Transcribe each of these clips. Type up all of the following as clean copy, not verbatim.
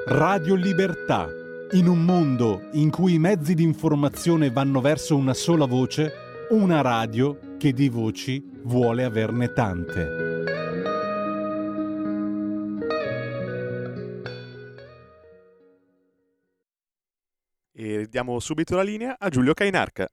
Radio Libertà. In un mondo in cui i mezzi di informazione vanno verso una sola voce, una radio che di voci vuole averne tante. E diamo subito la linea a Giulio Cainarca.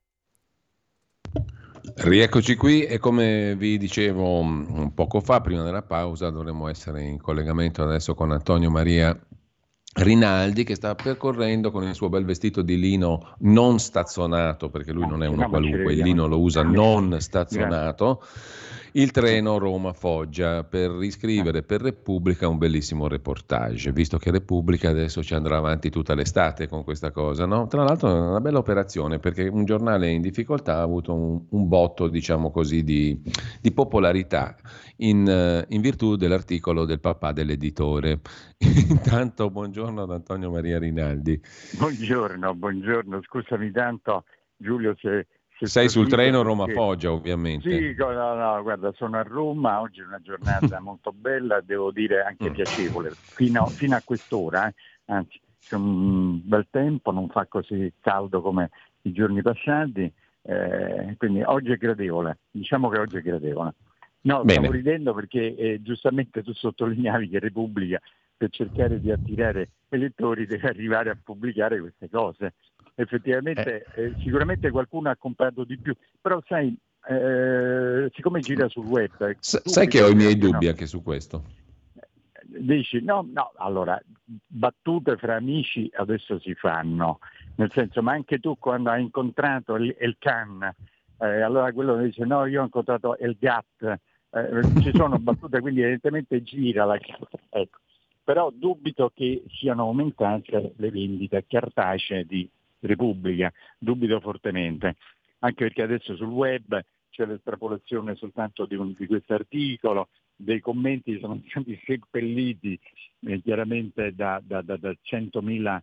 Rieccoci qui e come vi dicevo un poco fa, prima della pausa, dovremmo essere in collegamento adesso con Antonio Maria Rinaldi, che sta percorrendo con il suo bel vestito di lino non stazionato, perché lui non è uno qualunque, il lino lo usa non stazionato, il treno Roma-Foggia per riscrivere per Repubblica un bellissimo reportage, visto che Repubblica adesso ci andrà avanti tutta l'estate con questa cosa, no? Tra l'altro è una bella operazione, perché un giornale in difficoltà ha avuto un botto, diciamo così, di popolarità in virtù dell'articolo del papà dell'editore. Intanto buongiorno ad Antonio Maria Rinaldi. Buongiorno, scusami tanto Giulio se sei sul treno Roma-Foggia, ovviamente. Sì, no, guarda, sono a Roma, oggi è una giornata molto bella, devo dire anche piacevole, fino a quest'ora, anzi c'è un bel tempo, non fa così caldo come i giorni passati, quindi oggi è gradevole, diciamo che oggi è gradevole. No, Bene. Stavo ridendo perché giustamente tu sottolineavi che Repubblica, per cercare di attirare elettori, deve arrivare a pubblicare queste cose. Effettivamente sicuramente qualcuno ha comprato di più, però sai, siccome gira sul web... sai che ho i miei dubbi anche su questo. Dici, no, allora, battute fra amici adesso si fanno, nel senso, ma anche tu quando hai incontrato il Can, allora quello dice, no, io ho incontrato il Gat, ci sono battute, quindi evidentemente gira la cosa, ecco. Però dubito che siano aumentate le vendite cartacee di Repubblica, dubito fortemente, anche perché adesso sul web c'è l'estrapolazione soltanto di questo articolo, dei commenti sono stati seppelliti chiaramente da 100.000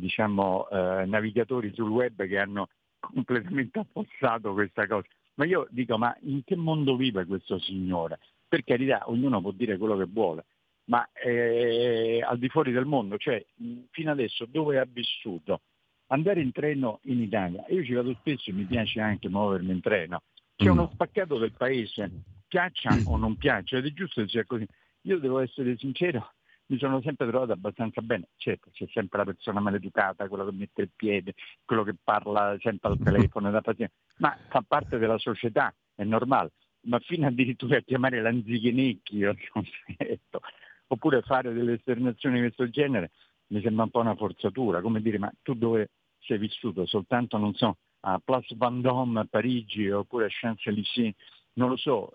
navigatori sul web che hanno completamente affossato questa cosa. Ma io dico, ma in che mondo vive questo signore? Per carità, ognuno può dire quello che vuole, ma al di fuori del mondo, cioè fino adesso dove ha vissuto? Andare in treno in Italia, io ci vado spesso e mi piace anche muovermi in treno, c'è uno spaccato del paese, piaccia o non piaccia, ed è giusto che sia così. Io devo essere sincero, mi sono sempre trovato abbastanza bene, certo c'è sempre la persona maleducata, quello che mette il piede, quello che parla sempre al telefono, ma fa parte della società, è normale, ma fino addirittura a chiamare l'anzichenecchi, oppure fare delle esternazioni di questo genere, mi sembra un po' una forzatura, come dire, ma tu dove sei vissuto? Soltanto, non so, a Place Vendôme a Parigi oppure a Champs-Élysées, non lo so,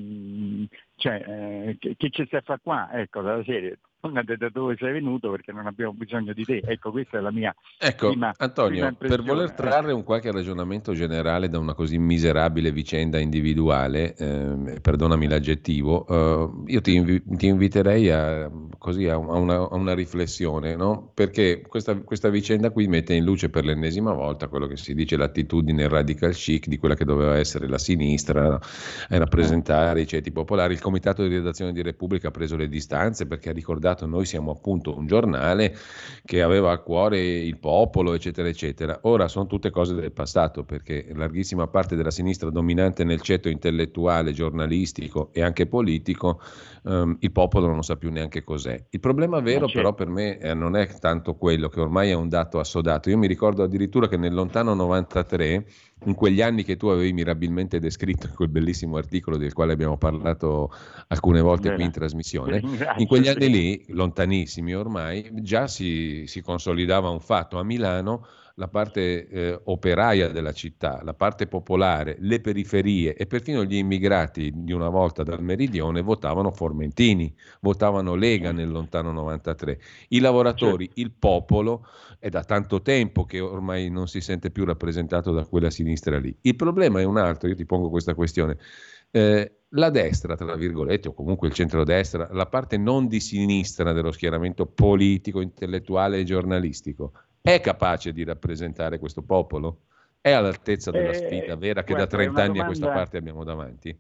che ci stai a fare qua? Ecco, dalla serie, tornate da dove sei venuto perché non abbiamo bisogno di te. Ecco, questa è la mia prima Antonio, per voler trarre un qualche ragionamento generale da una così miserabile vicenda individuale, perdonami l'aggettivo, io ti inviterei a una riflessione, no? Perché questa vicenda qui mette in luce per l'ennesima volta quello che si dice l'attitudine radical chic di quella che doveva essere la sinistra, rappresentare i ceti popolari. Il comitato di redazione di Repubblica ha preso le distanze perché ha ricordato noi siamo appunto un giornale che aveva a cuore il popolo, eccetera, eccetera. Ora sono tutte cose del passato, perché larghissima parte della sinistra dominante nel ceto intellettuale, giornalistico e anche politico, il popolo non sa più neanche cos'è. Il problema vero però per me non è tanto quello, che ormai è un dato assodato. Io mi ricordo addirittura che nel lontano 93, in quegli anni che tu avevi mirabilmente descritto in quel bellissimo articolo del quale abbiamo parlato alcune volte qui in trasmissione, in quegli anni lì, lontanissimi ormai, già si consolidava un fatto. A Milano la parte operaia della città, la parte popolare, le periferie e perfino gli immigrati di una volta dal meridione votavano Formentini, votavano Lega nel lontano 93. I lavoratori, il popolo, è da tanto tempo che ormai non si sente più rappresentato da quella sinistra lì. Il problema è un altro, io ti pongo questa questione. La destra, tra virgolette, o comunque il centrodestra, la parte non di sinistra dello schieramento politico, intellettuale e giornalistico, è capace di rappresentare questo popolo? È all'altezza della sfida vera che da 30 anni a questa parte abbiamo davanti?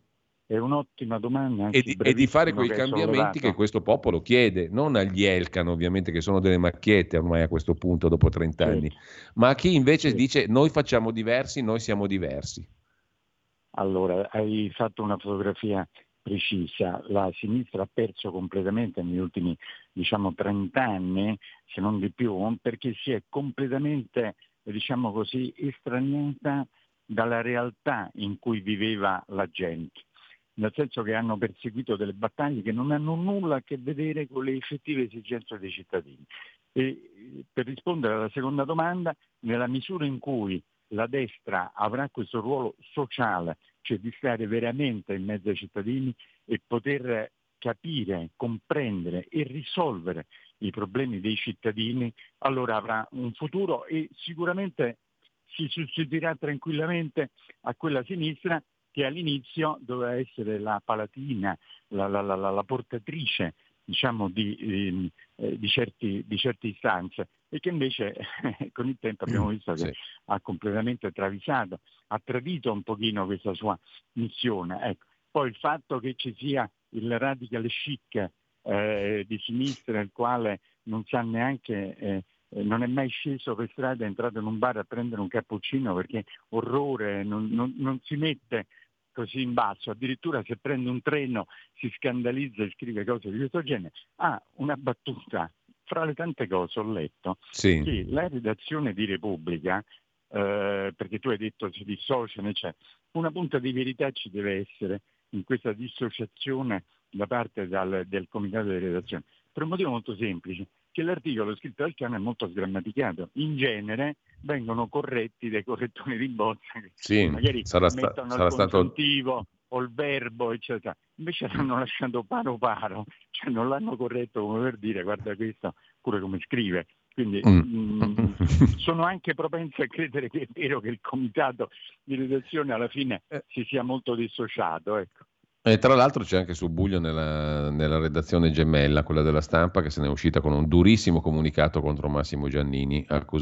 è un'ottima domanda. Anzi, e di fare quei che hai cambiamenti sollevato. che questo popolo chiede, non agli Elkan ovviamente, che sono delle macchiette ormai a questo punto dopo 30 anni, ma a chi invece dice noi facciamo diversi, noi siamo diversi. Allora, hai fatto una fotografia precisa. La sinistra ha perso completamente negli ultimi 30 anni, se non di più, perché si è completamente estraniata dalla realtà in cui viveva la gente, nel senso che hanno perseguito delle battaglie che non hanno nulla a che vedere con le effettive esigenze dei cittadini. E per rispondere alla seconda domanda, nella misura in cui la destra avrà questo ruolo sociale, cioè di stare veramente in mezzo ai cittadini e poter capire, comprendere e risolvere i problemi dei cittadini, allora avrà un futuro e sicuramente si sostituirà tranquillamente a quella sinistra che all'inizio doveva essere la palatina, la portatrice di certe istanze, e che invece con il tempo abbiamo visto che ha completamente travisato, ha tradito un pochino questa sua missione. Ecco. Poi il fatto che ci sia il radical chic di sinistra, il quale non sa neanche, non è mai sceso per strada, è entrato in un bar a prendere un cappuccino perché orrore, non si mette così in basso, addirittura se prende un treno si scandalizza e scrive cose di questo genere. Una battuta, fra le tante cose ho letto che la redazione di Repubblica, perché tu hai detto si dissociano, una punta di verità ci deve essere in questa dissociazione da parte del comitato di redazione, per un motivo molto semplice, che l'articolo scritto dal Chiano è molto sgrammaticato. In genere vengono corretti dai correttori di bozza che magari mettono il congiuntivo o il verbo, eccetera. Invece l'hanno lasciato paro, cioè non l'hanno corretto come per dire guarda questo pure come scrive. Quindi sono anche propenso a credere che è vero che il comitato di redazione alla fine si sia molto dissociato, ecco. E tra l'altro c'è anche Subbuglio nella redazione gemella, quella della Stampa, che se n'è uscita con un durissimo comunicato contro Massimo Giannini,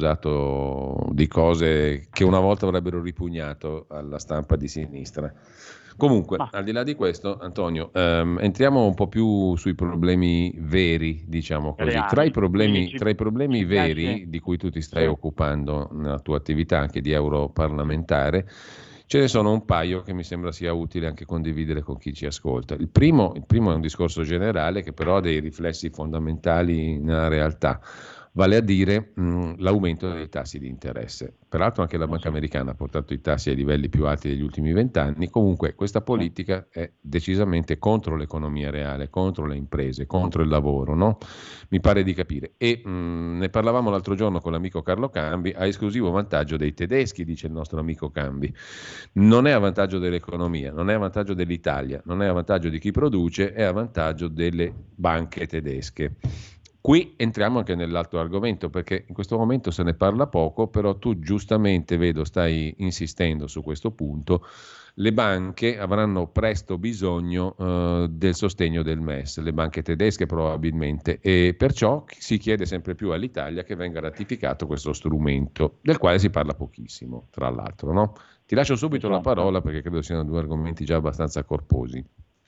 accusato di cose che una volta avrebbero ripugnato alla stampa di sinistra. Comunque, al di là di questo, Antonio, entriamo un po' più sui problemi veri, diciamo così. Reali. Tra i problemi veri di cui tu ti stai occupando nella tua attività anche di europarlamentare, ce ne sono un paio che mi sembra sia utile anche condividere con chi ci ascolta. Il primo è un discorso generale che però ha dei riflessi fondamentali nella realtà, vale a dire l'aumento dei tassi di interesse. Peraltro anche la Banca Americana ha portato i tassi ai livelli più alti degli ultimi 20 anni. Comunque questa politica è decisamente contro l'economia reale, contro le imprese, contro il lavoro, no? Mi pare di capire. E ne parlavamo l'altro giorno con l'amico Carlo Cambi, a esclusivo vantaggio dei tedeschi, dice il nostro amico Cambi. Non è a vantaggio dell'economia, non è a vantaggio dell'Italia, non è a vantaggio di chi produce, è a vantaggio delle banche tedesche. Qui entriamo anche nell'altro argomento, perché in questo momento se ne parla poco, però tu giustamente, vedo, stai insistendo su questo punto. Le banche avranno presto bisogno del sostegno del MES, le banche tedesche probabilmente, e perciò si chiede sempre più all'Italia che venga ratificato questo strumento, del quale si parla pochissimo, tra l'altro, no? Ti lascio subito la parola perché credo siano due argomenti già abbastanza corposi.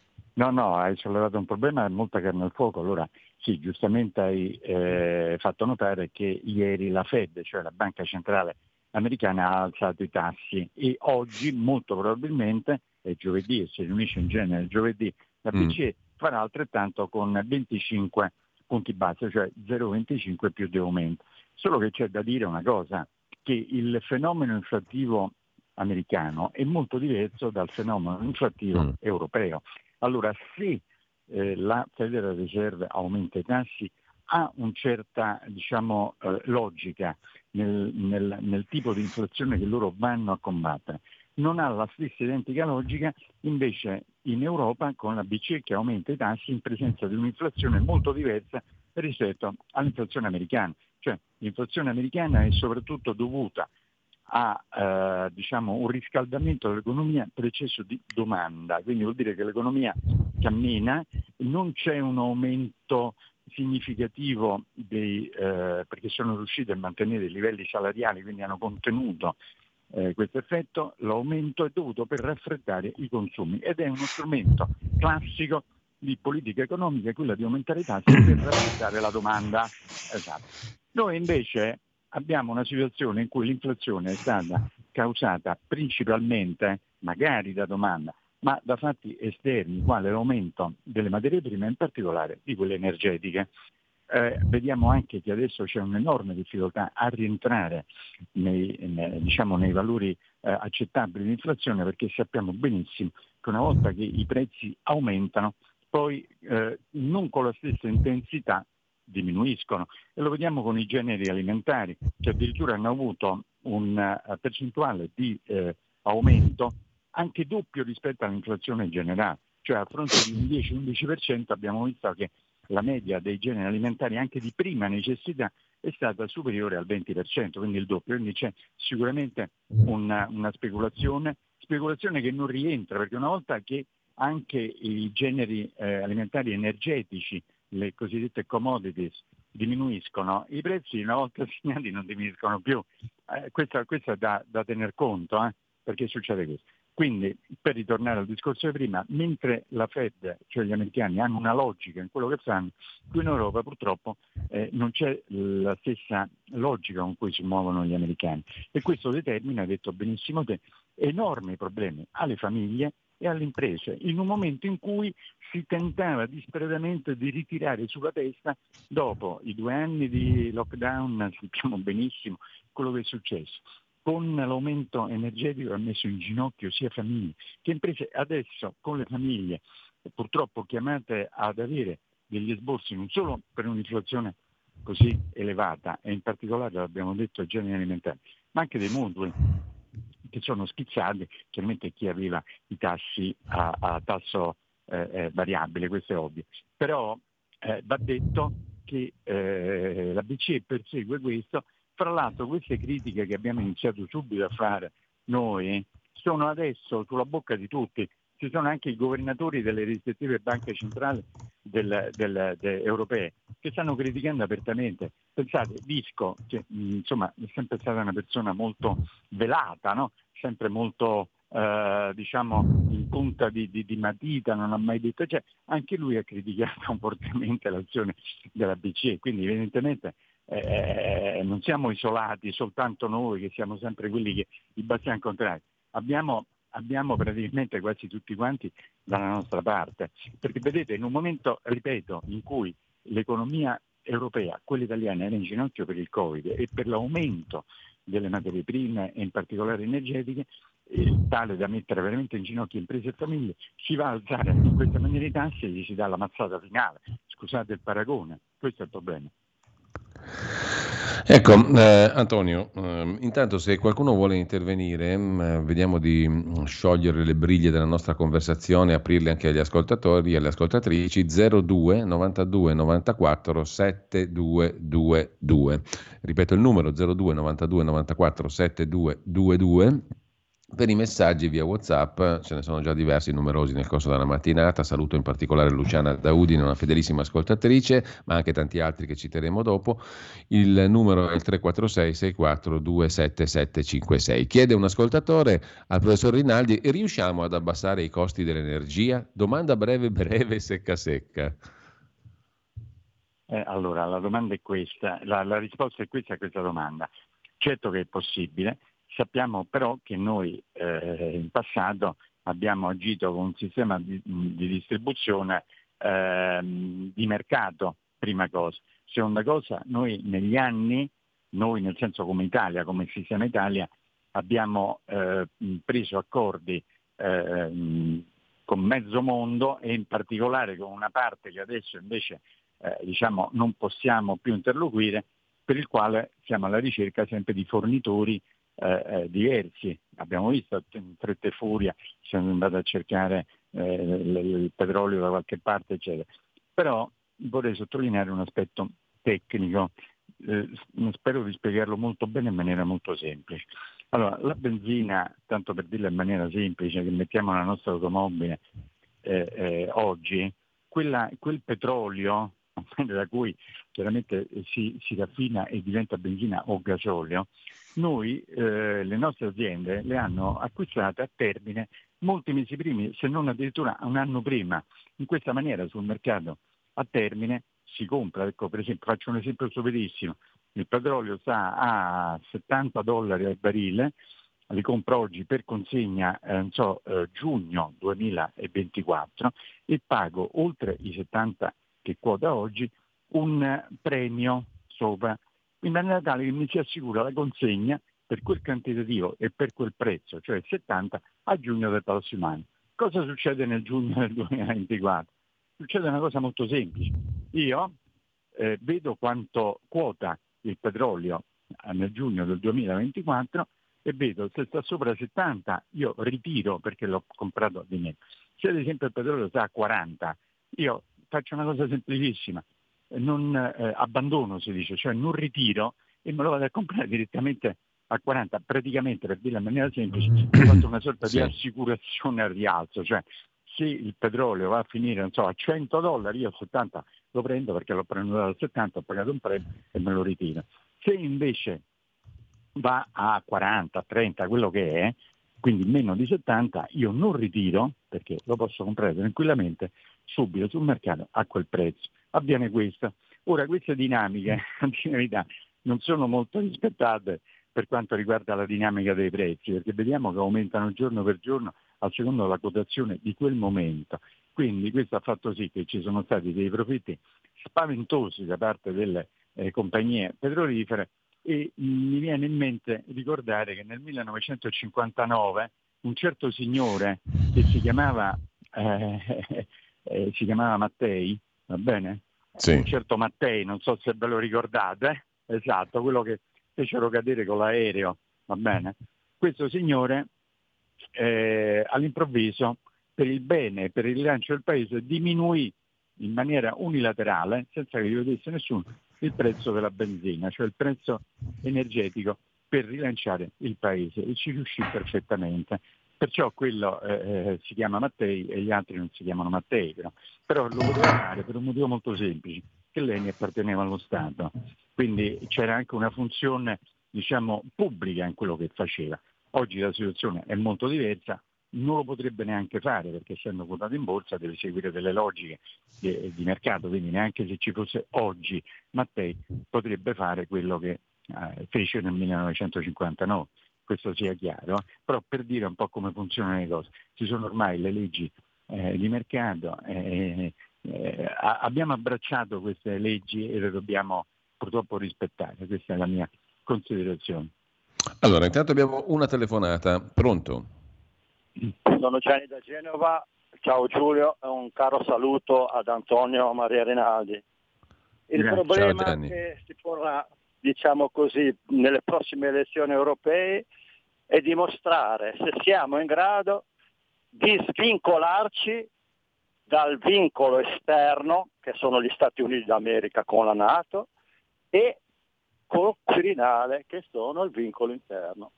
No, hai sollevato un problema e molta carne al fuoco. Allora, sì, giustamente hai fatto notare che ieri la Fed, cioè la Banca Centrale Americana, ha alzato i tassi e oggi, molto probabilmente, è giovedì, e si riunisce in genere giovedì, la BCE farà altrettanto con 25 punti base, cioè 0,25 più di aumento. Solo che c'è da dire una cosa, che il fenomeno inflattivo americano è molto diverso dal fenomeno inflattivo europeo. Allora, se la Federal Reserve aumenta i tassi, ha una certa logica nel tipo di inflazione che loro vanno a combattere. Non ha la stessa identica logica invece in Europa con la BCE che aumenta i tassi in presenza di un'inflazione molto diversa rispetto all'inflazione americana. Cioè l'inflazione americana è soprattutto dovuta a un riscaldamento dell'economia per eccesso di domanda, quindi vuol dire che l'economia cammina, non c'è un aumento significativo perché sono riusciti a mantenere i livelli salariali, quindi hanno contenuto questo effetto, l'aumento è dovuto per raffreddare i consumi ed è uno strumento classico di politica economica, quella di aumentare i tassi per raffreddare la domanda. Esatto. Noi invece abbiamo una situazione in cui l'inflazione è stata causata principalmente, magari da domanda, ma da fatti esterni, quale l'aumento delle materie prime, in particolare di quelle energetiche. Vediamo anche che adesso c'è un'enorme difficoltà a rientrare nei valori accettabili di inflazione, perché sappiamo benissimo che una volta che i prezzi aumentano, poi non con la stessa intensità diminuiscono, e lo vediamo con i generi alimentari, che addirittura hanno avuto un percentuale di aumento anche doppio rispetto all'inflazione generale, cioè a fronte di un 10-11% abbiamo visto che la media dei generi alimentari anche di prima necessità è stata superiore al 20%, quindi il doppio, quindi c'è sicuramente una speculazione che non rientra, perché una volta che anche i generi alimentari energetici, le cosiddette commodities, diminuiscono, i prezzi una volta assegnati non diminuiscono più. Questo è da tener conto, perché succede questo. Quindi, per ritornare al discorso di prima, mentre la Fed, cioè gli americani, hanno una logica in quello che fanno, qui in Europa purtroppo non c'è la stessa logica con cui si muovono gli americani, e questo determina, hai detto benissimo te, enormi problemi alle famiglie e alle imprese, in un momento in cui si tentava disperatamente di ritirare sulla testa, dopo i 2 anni di lockdown, sappiamo benissimo quello che è successo. Con l'aumento energetico ha messo in ginocchio sia famiglie che imprese. Adesso con le famiglie purtroppo chiamate ad avere degli esborsi non solo per un'inflazione così elevata, e in particolare, l'abbiamo detto, ai generi alimentari, ma anche dei mutui che sono schizzati, chiaramente chi aveva i tassi a tasso variabile, questo è ovvio. Però va detto che la BCE persegue questo. Fra l'altro queste critiche che abbiamo iniziato subito a fare noi sono adesso sulla bocca di tutti. Ci sono anche i governatori delle rispettive banche centrali europee che stanno criticando apertamente. Pensate, Visco, che insomma è sempre stata una persona molto velata, no? Sempre molto in punta di matita, non ha mai detto, cioè, anche lui ha criticato fortemente l'azione della BCE, quindi evidentemente non siamo isolati soltanto noi, che siamo sempre quelli che i bastiani contrari. Abbiamo praticamente quasi tutti quanti dalla nostra parte, perché vedete, in un momento, ripeto, in cui l'economia europea, quella italiana, era in ginocchio per il Covid e per l'aumento delle materie prime e in particolare energetiche, tale da mettere veramente in ginocchio imprese e famiglie, si va a alzare in questa maniera i tassi e gli si dà la mazzata finale. Scusate il paragone, questo è il problema. Ecco, Antonio, intanto se qualcuno vuole intervenire, vediamo di sciogliere le briglie della nostra conversazione, aprirle anche agli ascoltatori e alle ascoltatrici. 02 92 94 7222. Ripeto il numero: 02 92 94 7222. Per i messaggi via WhatsApp ce ne sono già diversi, numerosi nel corso della mattinata. Saluto in particolare Luciana da Udine, una fedelissima ascoltatrice, ma anche tanti altri che citeremo dopo. Il numero è il 346 64 27756. Chiede un ascoltatore al professor Rinaldi: riusciamo ad abbassare i costi dell'energia? Domanda breve, secca. Allora, la domanda è questa, la risposta è questa a questa domanda. Certo che è possibile. Sappiamo però che noi in passato abbiamo agito con un sistema di distribuzione di mercato, prima cosa. Seconda cosa, noi negli anni, nel senso come Italia, come sistema Italia, abbiamo preso accordi con mezzo mondo, e in particolare con una parte che adesso invece non possiamo più interloquire, per il quale siamo alla ricerca sempre di fornitori diversi. Abbiamo visto in fretta e furia, siamo andati a cercare il petrolio da qualche parte, eccetera. Però vorrei sottolineare un aspetto tecnico, spero di spiegarlo molto bene in maniera molto semplice. Allora, la benzina, tanto per dirla in maniera semplice, che mettiamo nella nostra automobile oggi, quel petrolio da cui chiaramente si raffina e diventa benzina o gasolio, noi le nostre aziende le hanno acquistate a termine molti mesi prima, se non addirittura un anno prima. In questa maniera sul mercato a termine si compra, ecco, per esempio, faccio un esempio superissimo, il petrolio sta a $70 al barile, li compro oggi per consegna giugno 2024 e pago oltre i 70 che quota oggi un premio sopra, in maniera tale che mi si assicura la consegna per quel quantitativo e per quel prezzo, cioè 70 a giugno del prossimo anno. Cosa succede nel giugno del 2024? Succede una cosa molto semplice. Io vedo quanto quota il petrolio nel giugno del 2024 e vedo se sta sopra 70, io ritiro perché l'ho comprato di meno. Se ad esempio il petrolio sta a 40, io faccio una cosa semplicissima, non abbandono, si dice, cioè non ritiro e me lo vado a comprare direttamente a 40, praticamente, per dirla in maniera semplice, ho fatto una sorta di assicurazione al rialzo, cioè se il petrolio va a finire a $100, io a 70 lo prendo perché l'ho prenotato a 70, ho pagato un premio e me lo ritiro. Se invece va a 40, 30, quello che è, quindi meno di 70, io non ritiro perché lo posso comprare tranquillamente subito sul mercato a quel prezzo. Avviene questo. Ora queste dinamiche, in verità, non sono molto rispettate per quanto riguarda la dinamica dei prezzi, perché vediamo che aumentano giorno per giorno a seconda della quotazione di quel momento. Quindi questo ha fatto sì che ci sono stati dei profitti spaventosi da parte delle compagnie petrolifere e mi viene in mente ricordare che nel 1959 un certo signore che si chiamava Mattei, va bene? Sì. Un certo Mattei, non so se ve lo ricordate, esatto, quello che fecero cadere con l'aereo, va bene? Questo signore all'improvviso, per il bene, per il rilancio del paese, diminuì in maniera unilaterale, senza che gli vedesse nessuno, il prezzo della benzina, cioè il prezzo energetico per rilanciare il paese, e ci riuscì perfettamente. Perciò quello si chiama Mattei e gli altri non si chiamano Mattei, però lo poteva fare per un motivo molto semplice, che l'ENI apparteneva allo Stato, quindi c'era anche una funzione, diciamo, pubblica in quello che faceva. Oggi la situazione è molto diversa, non lo potrebbe neanche fare perché essendo quotato in borsa deve seguire delle logiche di mercato, quindi neanche se ci fosse oggi Mattei potrebbe fare quello che fece nel 1959, questo sia chiaro, però per dire un po' come funzionano le cose, ci sono ormai le leggi di mercato, abbiamo abbracciato queste leggi e le dobbiamo purtroppo rispettare, questa è la mia considerazione. Allora, intanto abbiamo una telefonata, pronto? Sono Gianni da Genova, ciao Giulio e un caro saluto ad Antonio Maria Rinaldi. Il problema che si porrà, diciamo così, nelle prossime elezioni europee è dimostrare se siamo in grado di svincolarci dal vincolo esterno, che sono gli Stati Uniti d'America con la NATO, e con Quirinale, che sono il vincolo interno.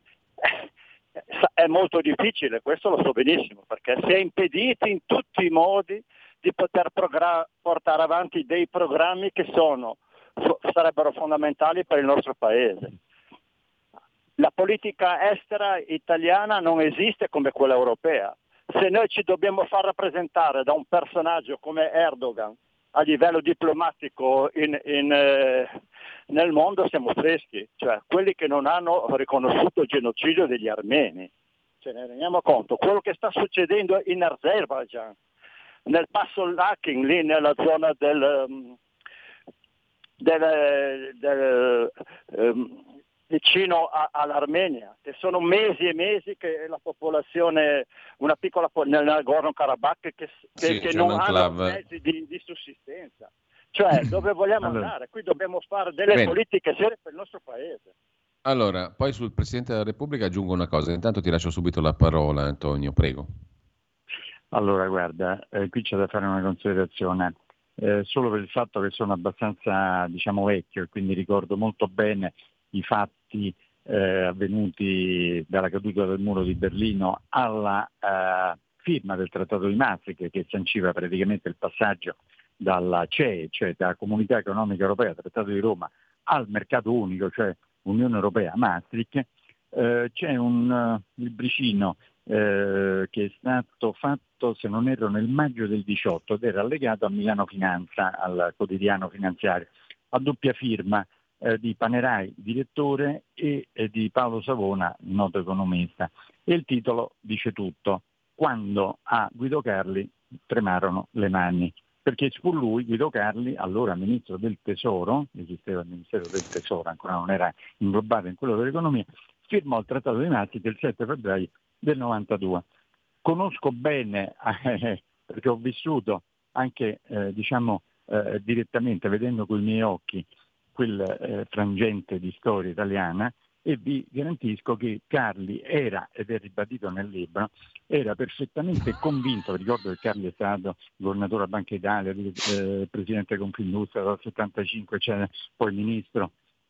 È molto difficile, questo lo so benissimo, perché si è impediti in tutti i modi di poter portare avanti dei programmi che sarebbero fondamentali per il nostro paese. La politica estera italiana non esiste come quella europea. Se noi ci dobbiamo far rappresentare da un personaggio come Erdogan a livello diplomatico nel mondo, siamo freschi, cioè quelli che non hanno riconosciuto il genocidio degli armeni. Ce ne rendiamo conto. Quello che sta succedendo in Azerbaijan, nel passo Lakin, lì nella zona vicino all'Armenia, che sono mesi e mesi che la popolazione, una piccola nel Nagorno-Karabakh che non hanno mezzi di sussistenza. Cioè, dove vogliamo andare? Qui dobbiamo fare delle politiche serie per il nostro paese. Allora, poi sul Presidente della Repubblica aggiungo una cosa, intanto ti lascio subito la parola, Antonio, prego. Allora, guarda, qui c'è da fare una considerazione. Solo per il fatto che sono abbastanza, diciamo, vecchio e quindi ricordo molto bene i fatti avvenuti dalla caduta del muro di Berlino alla firma del Trattato di Maastricht, che sanciva praticamente il passaggio dalla CE, cioè da Comunità Economica Europea, Trattato di Roma, al mercato unico, cioè Unione Europea, Maastricht, c'è un libricino che è stato fatto, se non erro, nel maggio del 18 ed era allegato a Milano Finanza, al quotidiano finanziario, a doppia firma di Panerai, direttore, e di Paolo Savona, noto economista. E il titolo dice tutto: quando a Guido Carli tremarono le mani. Perché fu lui, Guido Carli, allora ministro del Tesoro, esisteva il Ministero del Tesoro, ancora non era inglobato in quello dell'economia, firmò il Trattato di Maastricht il 7 febbraio del 92. Conosco bene, perché ho vissuto anche direttamente, vedendo con i miei occhi, quel frangente di storia italiana, e vi garantisco che Carli era, ed è ribadito nel libro, era perfettamente convinto. Ricordo che Carli è stato governatore della Banca Italia, presidente Confindustria dal 75, cioè, poi ministro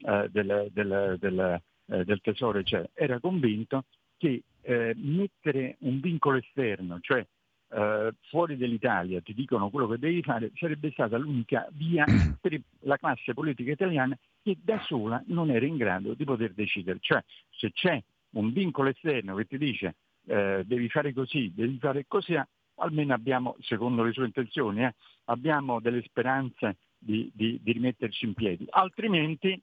del Tesoro, eccetera. Era convinto che mettere un vincolo esterno, cioè fuori dall'Italia ti dicono quello che devi fare, sarebbe stata l'unica via per la classe politica italiana, che da sola non era in grado di poter decidere. Cioè, se c'è un vincolo esterno che ti dice devi fare così, devi fare così, almeno abbiamo, secondo le sue intenzioni, abbiamo delle speranze di rimetterci in piedi. Altrimenti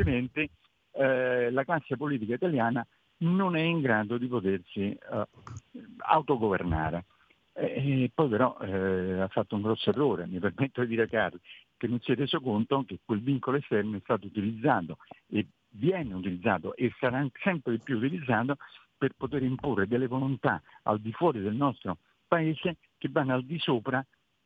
la classe politica italiana non è in grado di potersi autogovernare. E poi però ha fatto un grosso errore, mi permetto di dire, Carlo, che non si è reso conto che quel vincolo esterno è stato utilizzato e viene utilizzato e sarà sempre di più utilizzato per poter imporre delle volontà al di fuori del nostro paese che vanno al di sopra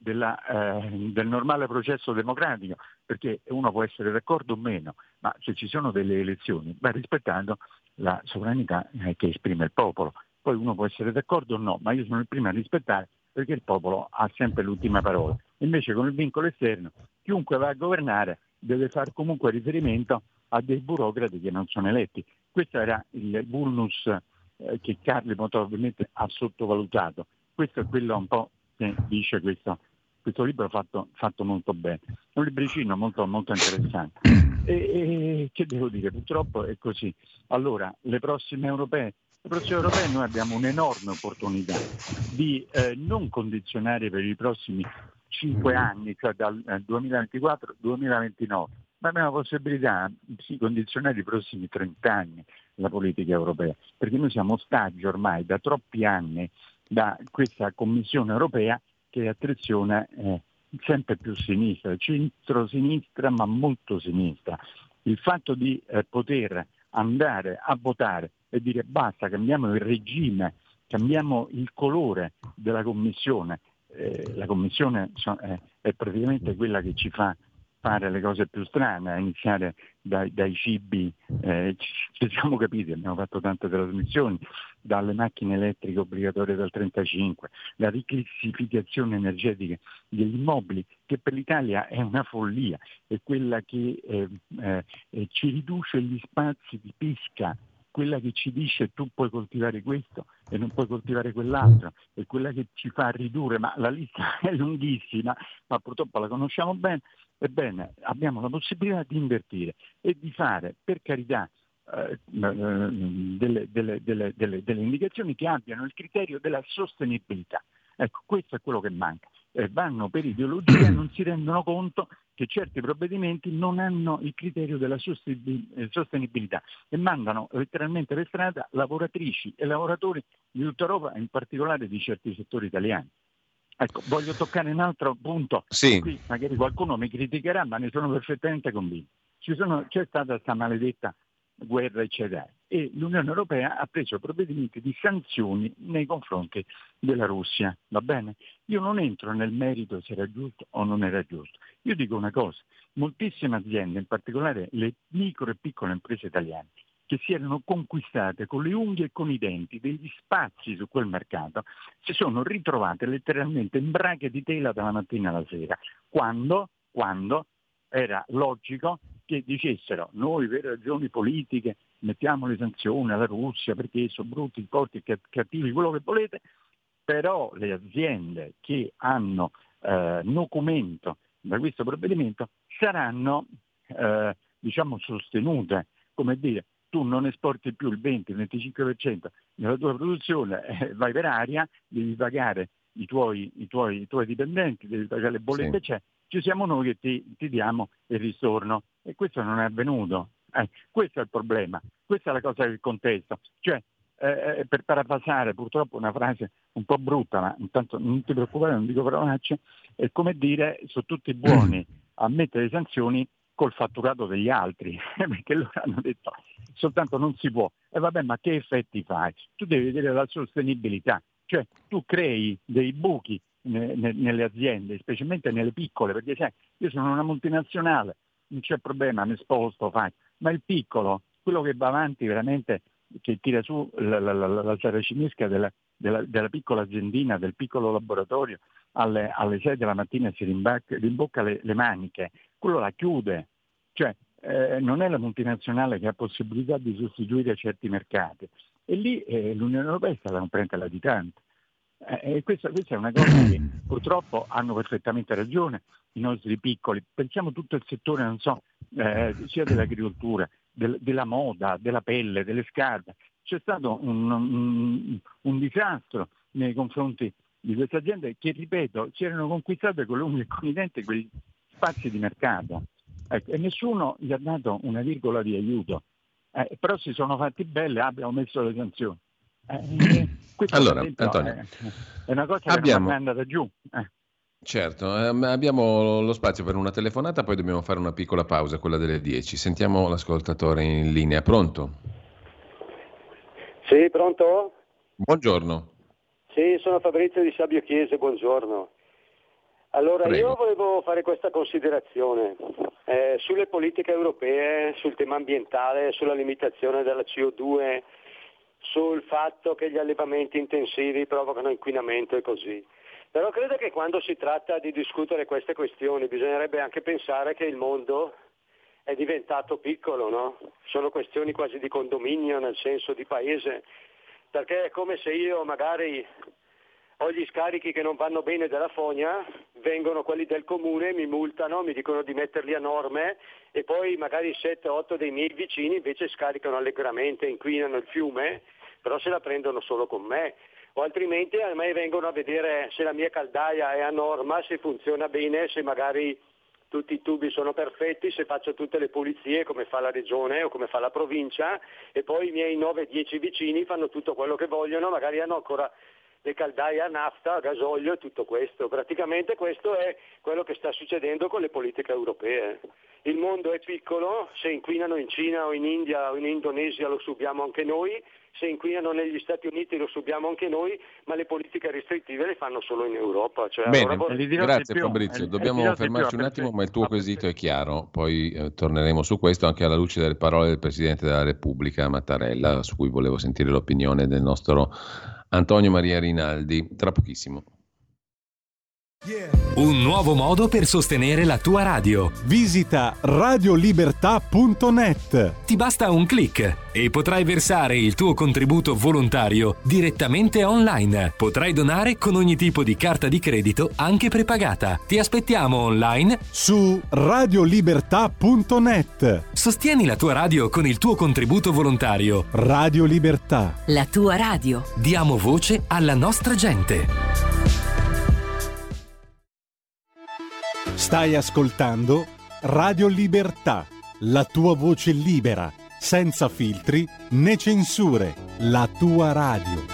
del normale processo democratico, perché uno può essere d'accordo o meno, ma se ci sono delle elezioni va rispettando la sovranità che esprime il popolo. Poi uno può essere d'accordo o no, ma io sono il primo a rispettare, perché il popolo ha sempre l'ultima parola. Invece con il vincolo esterno chiunque va a governare deve fare comunque riferimento a dei burocrati che non sono eletti. Questo era il vulnus che Carli probabilmente ha sottovalutato. Questo è quello un po' che dice questo libro fatto molto bene. È un libricino molto, molto interessante. E che devo dire, purtroppo è così. Allora, le prossime europee noi abbiamo un'enorme opportunità di non condizionare per i prossimi 5 anni, cioè dal 2024 al 2029, ma abbiamo la possibilità di condizionare i prossimi 30 anni la politica europea, perché noi siamo ostaggi ormai da troppi anni da questa Commissione europea che attraziona sempre più sinistra, centro-sinistra, ma molto sinistra. Il fatto di poter andare a votare e dire basta, cambiamo il regime, cambiamo il colore della Commissione. La Commissione è praticamente quella che ci fa fare le cose più strane, a iniziare dai cibi, ci siamo capiti, abbiamo fatto tante trasmissioni, dalle macchine elettriche obbligatorie dal 35, la riclassificazione energetica degli immobili, che per l'Italia è una follia, è quella che ci riduce gli spazi di pesca, quella che ci dice tu puoi coltivare questo e non puoi coltivare quell'altro, è quella che ci fa ridurre, ma la lista è lunghissima, ma purtroppo la conosciamo bene. Ebbene, abbiamo la possibilità di invertire e di fare, per carità, delle indicazioni che abbiano il criterio della sostenibilità. Ecco, questo è quello che manca. Vanno per ideologia e non si rendono conto che certi provvedimenti non hanno il criterio della sostenibilità e mandano letteralmente per strada lavoratrici e lavoratori di tutta Europa, in particolare di certi settori italiani. Ecco, voglio toccare un altro punto. Sì. Qui magari qualcuno mi criticherà, ma ne sono perfettamente convinto. C'è stata questa maledetta guerra, eccetera, e l'Unione Europea ha preso provvedimenti di sanzioni nei confronti della Russia, va bene? Io non entro nel merito se era giusto o non era giusto. Io dico una cosa: moltissime aziende, in particolare le micro e piccole imprese italiane, che si erano conquistate con le unghie e con i denti degli spazi su quel mercato, si sono ritrovate letteralmente in brache di tela dalla mattina alla sera, quando era logico che dicessero noi per ragioni politiche mettiamo le sanzioni alla Russia perché sono brutti, forti, cattivi, quello che volete, però le aziende che hanno documento da questo provvedimento saranno sostenute, come dire, tu non esporti più il 20-25% della tua produzione, vai per aria, devi pagare i tuoi dipendenti, devi pagare le bollette, ci siamo noi che ti diamo il ristorno, e questo non è avvenuto. Questo è il problema, questa è la cosa del contesto. Cioè, per parafrasare purtroppo una frase un po' brutta, ma intanto non ti preoccupare, non dico parolacce, è come dire sono tutti buoni a mettere sanzioni col fatturato degli altri, perché loro hanno detto soltanto non si può. E vabbè, ma che effetti fai? Tu devi vedere la sostenibilità, cioè tu crei dei buchi nelle aziende, specialmente nelle piccole, perché sai, io sono una multinazionale, non c'è problema, mi sposto, ma il piccolo, quello che va avanti veramente, che tira su la saracinesca della piccola aziendina, del piccolo laboratorio, alle 6 della mattina si rimbocca le maniche, quello la chiude. Cioè non è la multinazionale che ha possibilità di sostituire certi mercati, e lì l'Unione Europea è stata un prente latitante. E questa è una cosa che purtroppo hanno perfettamente ragione i nostri piccoli. Pensiamo tutto il settore, non so, sia dell'agricoltura, della moda, della pelle, delle scarpe. C'è stato un disastro nei confronti di queste aziende che, ripeto, si erano conquistate con le unghie e con i denti quegli spazi di mercato. E nessuno gli ha dato una virgola di aiuto. Però si sono fatti belle, abbiamo messo le sanzioni. Allora, esempio, Antonio, è una cosa che non è andata giù. Certo, abbiamo lo spazio per una telefonata, poi dobbiamo fare una piccola pausa, quella delle 10. Sentiamo l'ascoltatore in linea. Pronto? Sì, pronto? Buongiorno. Sì, sono Fabrizio di Sabio Chiese, buongiorno. Allora, Prego. io volevo fare questa considerazione sulle politiche europee, sul tema ambientale, sulla limitazione della CO2, sul fatto che gli allevamenti intensivi provocano inquinamento e così. Però credo che quando si tratta di discutere queste questioni bisognerebbe anche pensare che il mondo è diventato piccolo, no? Sono questioni quasi di condominio, nel senso di paese, perché è come se io magari ho gli scarichi che non vanno bene della fogna, vengono quelli del comune, mi multano, mi dicono di metterli a norme, e poi magari 7-8 dei miei vicini invece scaricano allegramente, inquinano il fiume, però se la prendono solo con me. O altrimenti a me vengono a vedere se la mia caldaia è a norma, se funziona bene, se magari tutti i tubi sono perfetti, se faccio tutte le pulizie come fa la regione o come fa la provincia, e poi i miei 9-10 vicini fanno tutto quello che vogliono, magari hanno ancora le caldaie a nafta, a gasolio e tutto questo. Praticamente questo è quello che sta succedendo con le politiche europee. Il mondo è piccolo, se inquinano in Cina o in India o in Indonesia lo subiamo anche noi, se inquinano negli Stati Uniti lo subiamo anche noi, ma le politiche restrittive le fanno solo in Europa. Cioè, Bene, allora grazie Fabrizio. Dobbiamo fermarci un attimo, ma il tuo quesito è chiaro. Poi torneremo su questo anche alla luce delle parole del Presidente della Repubblica Mattarella, su cui volevo sentire l'opinione del nostro Antonio Maria Rinaldi tra pochissimo. Un nuovo modo per sostenere la tua radio. Visita radiolibertà.net. Ti basta un click e potrai versare il tuo contributo volontario direttamente online. Potrai donare con ogni tipo di carta di credito, anche prepagata. Ti aspettiamo online su radiolibertà.net. Sostieni la tua radio con il tuo contributo volontario. Radio Libertà. La tua radio. Diamo voce alla nostra gente. Stai ascoltando Radio Libertà, la tua voce libera, senza filtri né censure, la tua radio.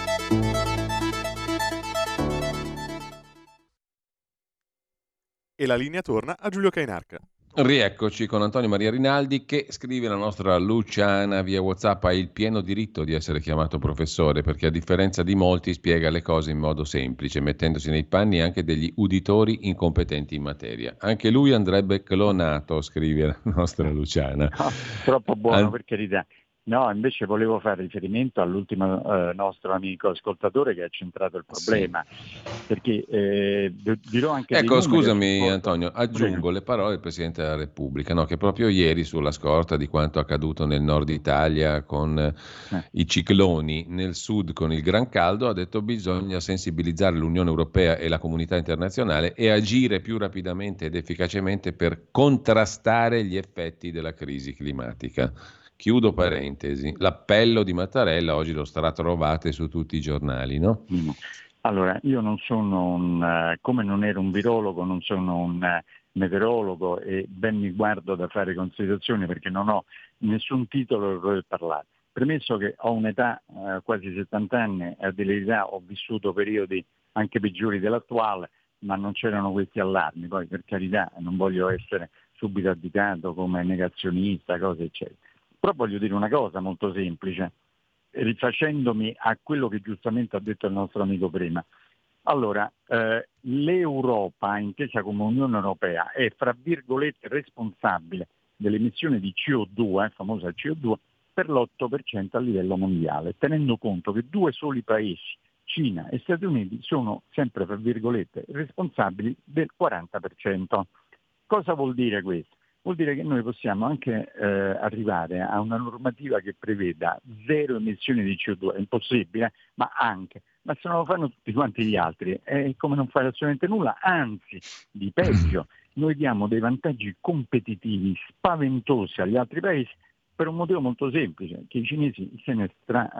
E la linea torna a Giulio Cainarca. Rieccoci con Antonio Maria Rinaldi, che scrive la nostra Luciana via WhatsApp: ha il pieno diritto di essere chiamato professore, perché a differenza di molti spiega le cose in modo semplice, mettendosi nei panni anche degli uditori incompetenti in materia. Anche lui andrebbe clonato, scrive la nostra Luciana. No, troppo buono, per carità. No, invece volevo fare riferimento all'ultimo nostro amico ascoltatore che ha centrato il problema, perché dirò anche dei Ecco, numeri a scusami supporto. Antonio, aggiungo Prego. le parole del Presidente della Repubblica, no? Che proprio ieri, sulla scorta di quanto accaduto nel nord Italia con i cicloni, nel sud con il gran caldo, ha detto bisogna sensibilizzare l'Unione Europea e la comunità internazionale e agire più rapidamente ed efficacemente per contrastare gli effetti della crisi climatica. Chiudo parentesi. L'appello di Mattarella oggi lo trovate su tutti i giornali, no? Allora, io non sono come non ero un virologo, non sono un meteorologo e ben mi guardo da fare considerazioni perché non ho nessun titolo per parlare. Premesso che ho un'età quasi 70 anni, a dire verità ho vissuto periodi anche peggiori dell'attuale, ma non c'erano questi allarmi. Poi per carità non voglio essere subito additato come negazionista, cose eccetera. Però voglio dire una cosa molto semplice, rifacendomi a quello che giustamente ha detto il nostro amico prima. Allora, l'Europa, intesa come Unione Europea, è fra virgolette responsabile dell'emissione di CO2, famosa CO2, per l'8% a livello mondiale, tenendo conto che due soli paesi, Cina e Stati Uniti, sono sempre fra virgolette responsabili del 40%. Cosa vuol dire questo? Vuol dire che noi possiamo anche arrivare a una normativa che preveda zero emissioni di CO2, è impossibile, ma se non lo fanno tutti quanti gli altri è come non fare assolutamente nulla, anzi di peggio, noi diamo dei vantaggi competitivi spaventosi agli altri paesi per un motivo molto semplice, che i cinesi se ne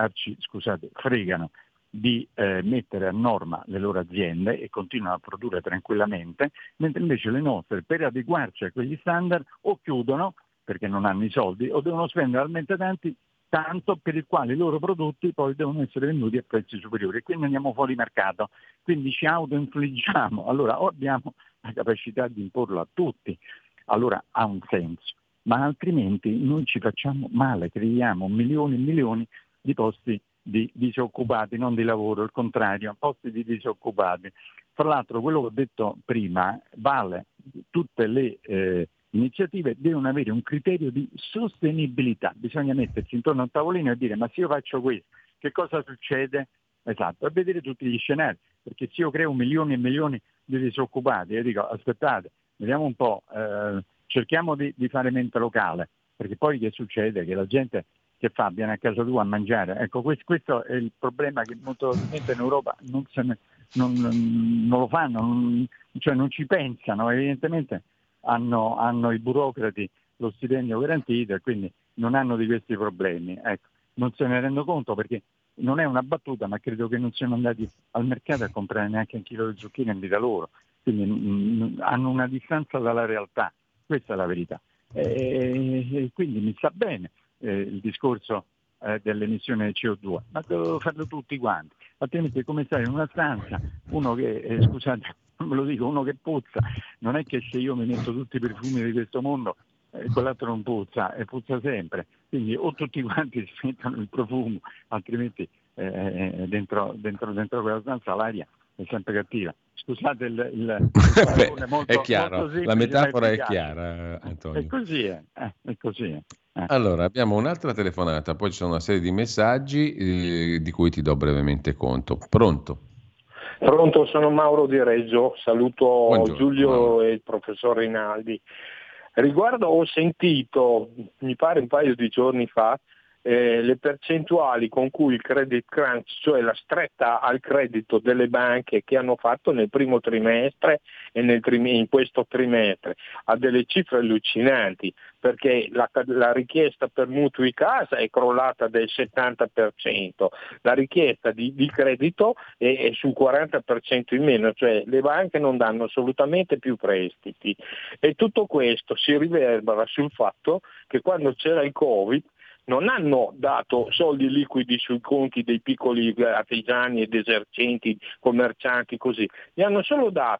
fregano di mettere a norma le loro aziende e continuano a produrre tranquillamente, mentre invece le nostre, per adeguarci a quegli standard, o chiudono perché non hanno i soldi o devono spendere talmente tanto per il quale i loro prodotti poi devono essere venduti a prezzi superiori e quindi andiamo fuori mercato, quindi ci autoinfliggiamo. Allora o abbiamo la capacità di imporlo a tutti, allora ha un senso, ma altrimenti noi ci facciamo male, creiamo milioni e milioni di posti di disoccupati, non di lavoro, il contrario, posti di disoccupati. Tra l'altro quello che ho detto prima vale, tutte le iniziative devono avere un criterio di sostenibilità, bisogna mettersi intorno a un tavolino e dire ma se io faccio questo, che cosa succede? Esatto, e vedere tutti gli scenari, perché se io creo milioni e milioni di disoccupati e dico aspettate, vediamo un po', cerchiamo di fare mente locale, perché poi che succede? Che la gente che fa? Viene a casa tua a mangiare. Ecco, questo è il problema, che molto probabilmente in Europa non lo fanno, cioè non ci pensano, evidentemente hanno i burocrati lo stipendio garantito e quindi non hanno di questi problemi. Ecco, non se ne rendo conto perché non è una battuta, ma credo che non siano andati al mercato a comprare neanche un chilo di zucchine in vita loro, quindi hanno una distanza dalla realtà, questa è la verità. E quindi mi sta bene il discorso dell'emissione di CO2, ma devono farlo tutti quanti, altrimenti è come stare in una stanza, uno che, scusate, non me lo dico, uno che puzza, non è che se io mi metto tutti i profumi di questo mondo, quell'altro non puzza, e puzza sempre, quindi o tutti quanti si mettono il profumo, altrimenti dentro quella stanza l'aria è sempre cattiva. Scusate il Beh, molto, è chiaro, molto semplice, la metafora è efficace. chiara, Antonio. È così, è così. Allora, abbiamo un'altra telefonata, poi ci sono una serie di messaggi di cui ti do brevemente conto. Pronto? Pronto, sono Mauro di Reggio, saluto Buongiorno, Giulio Mauro. e il professor Rinaldi. Riguardo ho sentito, mi pare un paio di giorni fa, le percentuali con cui il credit crunch, cioè la stretta al credito delle banche che hanno fatto nel primo trimestre e in questo trimestre, ha delle cifre allucinanti, perché la richiesta per mutui casa è crollata del 70%, la richiesta di credito è sul 40% in meno, cioè le banche non danno assolutamente più prestiti, e tutto questo si riverbera sul fatto che quando c'era il Covid non hanno dato soldi liquidi sui conti dei piccoli artigiani ed esercenti, commercianti, così, gli hanno solo dato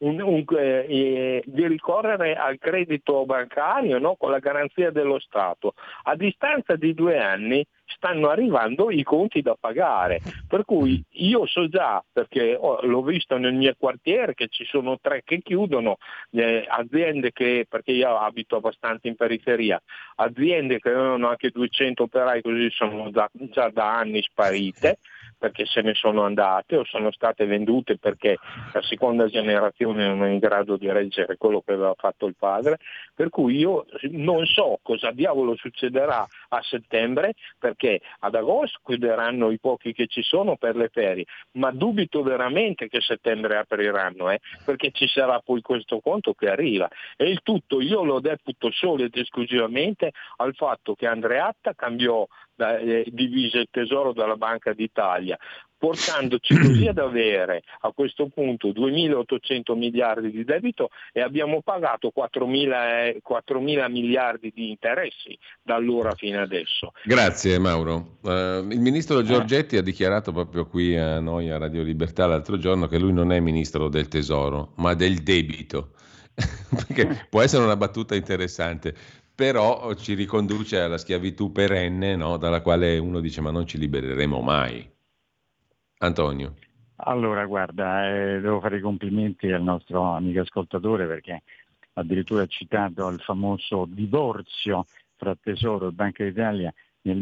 di ricorrere al credito bancario, no? Con la garanzia dello Stato. A distanza di 2 anni stanno arrivando i conti da pagare, per cui io so già, perché l'ho visto nel mio quartiere, che ci sono 3 che chiudono, aziende che, perché io abito abbastanza in periferia, aziende che avevano anche 200 operai così sono già da anni sparite, perché se ne sono andate o sono state vendute perché la seconda generazione non è in grado di reggere quello che aveva fatto il padre, per cui io non so cosa diavolo succederà a settembre, perché ad agosto chiuderanno i pochi che ci sono per le ferie, ma dubito veramente che a settembre apriranno, perché ci sarà poi questo conto che arriva, e il tutto io lo deputo solo ed esclusivamente al fatto che Andreatta cambiò divise il tesoro dalla Banca d'Italia, portandoci così ad avere a questo punto 2.800 miliardi di debito e abbiamo pagato 4.000 miliardi di interessi da allora fino adesso. Grazie Mauro. Il ministro Giorgetti ha dichiarato proprio qui a noi a Radio Libertà l'altro giorno che lui non è ministro del tesoro ma del debito, perché può essere una battuta interessante, però ci riconduce alla schiavitù perenne, no? Dalla quale uno dice ma non ci libereremo mai. Antonio. Allora guarda, devo fare i complimenti al nostro amico ascoltatore, perché addirittura ha citato il famoso divorzio fra Tesoro e Banca d'Italia nel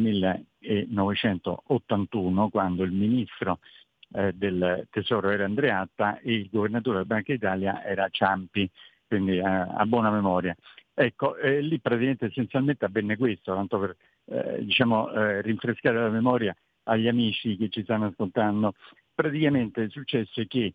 1981, quando il ministro del Tesoro era Andreatta e il governatore della Banca d'Italia era Ciampi, quindi a buona memoria. Ecco, lì praticamente essenzialmente avvenne questo, tanto per rinfrescare la memoria agli amici che ci stanno ascoltando. Praticamente successe che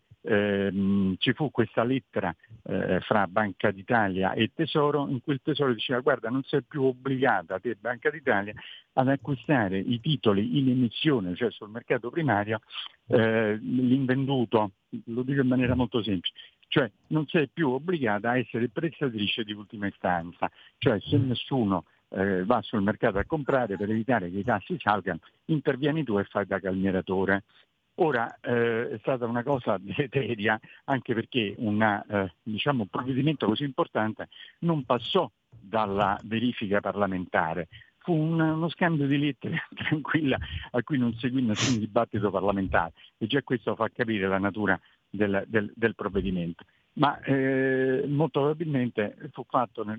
ci fu questa lettera fra Banca d'Italia e Tesoro, in cui il Tesoro diceva: guarda, non sei più obbligata te, Banca d'Italia, ad acquistare i titoli in emissione, cioè sul mercato primario, l'invenduto, lo dico in maniera molto semplice, cioè non sei più obbligata a essere prestatrice di ultima istanza, cioè se nessuno va sul mercato a comprare, per evitare che i tassi salgano, intervieni tu e fai da calmieratore. Ora è stata una cosa deleteria, anche perché un provvedimento così importante non passò dalla verifica parlamentare. Fu uno scambio di lettere tranquilla a cui non seguì nessun dibattito parlamentare, e già questo fa capire la natura del provvedimento. Ma molto probabilmente fu fatto nel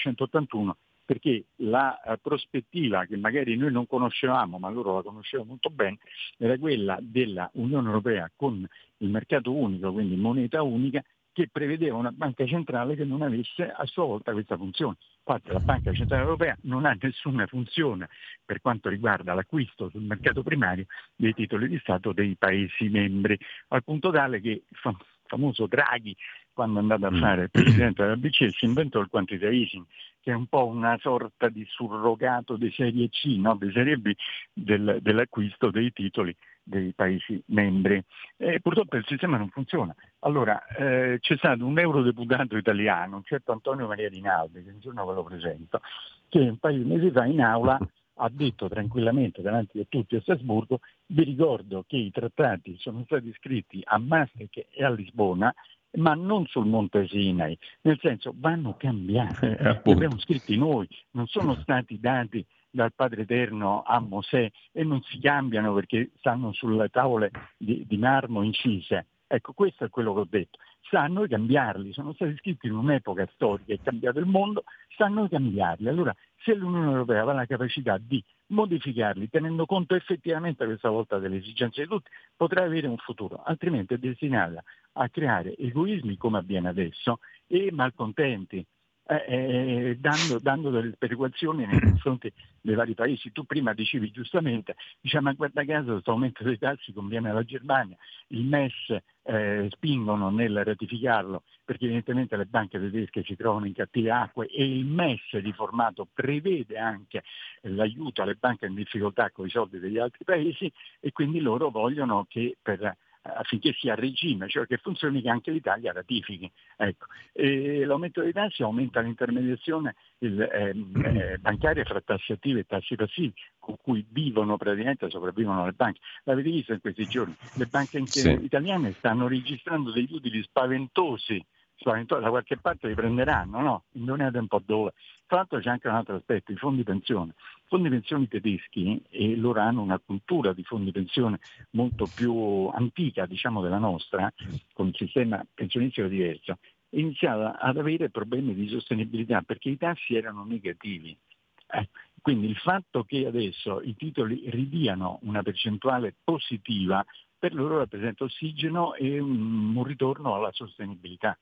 1981 perché la prospettiva, che magari noi non conoscevamo, ma loro la conoscevano molto bene, era quella della Unione Europea con il mercato unico, quindi moneta unica, che prevedeva una banca centrale che non avesse a sua volta questa funzione. Infatti la Banca Centrale Europea non ha nessuna funzione per quanto riguarda l'acquisto sul mercato primario dei titoli di Stato dei Paesi membri, al punto tale che il famoso Draghi, quando è andato a fare il presidente della BCE, si inventò il quantitative easing, che è un po' una sorta di surrogato di serie C, no? Di serie B dell'acquisto dei titoli dei Paesi membri. Purtroppo il sistema non funziona. Allora, c'è stato un eurodeputato italiano, un certo Antonio Maria Rinaldi, che un giorno ve lo presento, che un paio di mesi fa in aula ha detto tranquillamente davanti a tutti a Strasburgo: vi ricordo che i trattati sono stati scritti a Maastricht e a Lisbona, ma non sul Monte Sinai, nel senso vanno cambiati, li abbiamo scritti noi, non sono stati dati dal Padre Eterno a Mosè e non si cambiano perché stanno sulle tavole di marmo incise. Ecco, questo è quello che ho detto. Sta a noi cambiarli, sono stati scritti in un'epoca storica, è cambiato il mondo, sta a noi cambiarli. Allora, se l'Unione Europea ha la capacità di modificarli, tenendo conto effettivamente questa volta delle esigenze di tutti, potrà avere un futuro, altrimenti è destinata a creare egoismi come avviene adesso e malcontenti, dando delle sperequazioni nei confronti dei vari paesi. Tu prima dicevi giustamente, ma guarda caso questo aumento dei tassi conviene alla Germania, il MES spingono nel ratificarlo perché evidentemente le banche tedesche si trovano in cattive acque e il MES di formato prevede anche l'aiuto alle banche in difficoltà con i soldi degli altri paesi, e quindi loro vogliono che affinché sia a regime, cioè che funzioni, che anche l'Italia ratifichi. Ecco. L'aumento dei tassi aumenta l'intermediazione bancaria fra tassi attivi e tassi passivi, con cui sopravvivono le banche. L'avete visto in questi giorni? Le banche italiane stanno registrando degli utili spaventosi spaventosi, da qualche parte li prenderanno, no? Indovinate un po' dove. Tra l'altro c'è anche un altro aspetto, i fondi pensione. I fondi pensioni tedeschi, e loro hanno una cultura di fondi pensione molto più antica, diciamo, della nostra, con un sistema pensionistico diverso, è iniziata ad avere problemi di sostenibilità perché i tassi erano negativi. Quindi il fatto che adesso i titoli ridiano una percentuale positiva per loro rappresenta ossigeno e un ritorno alla sostenibilità.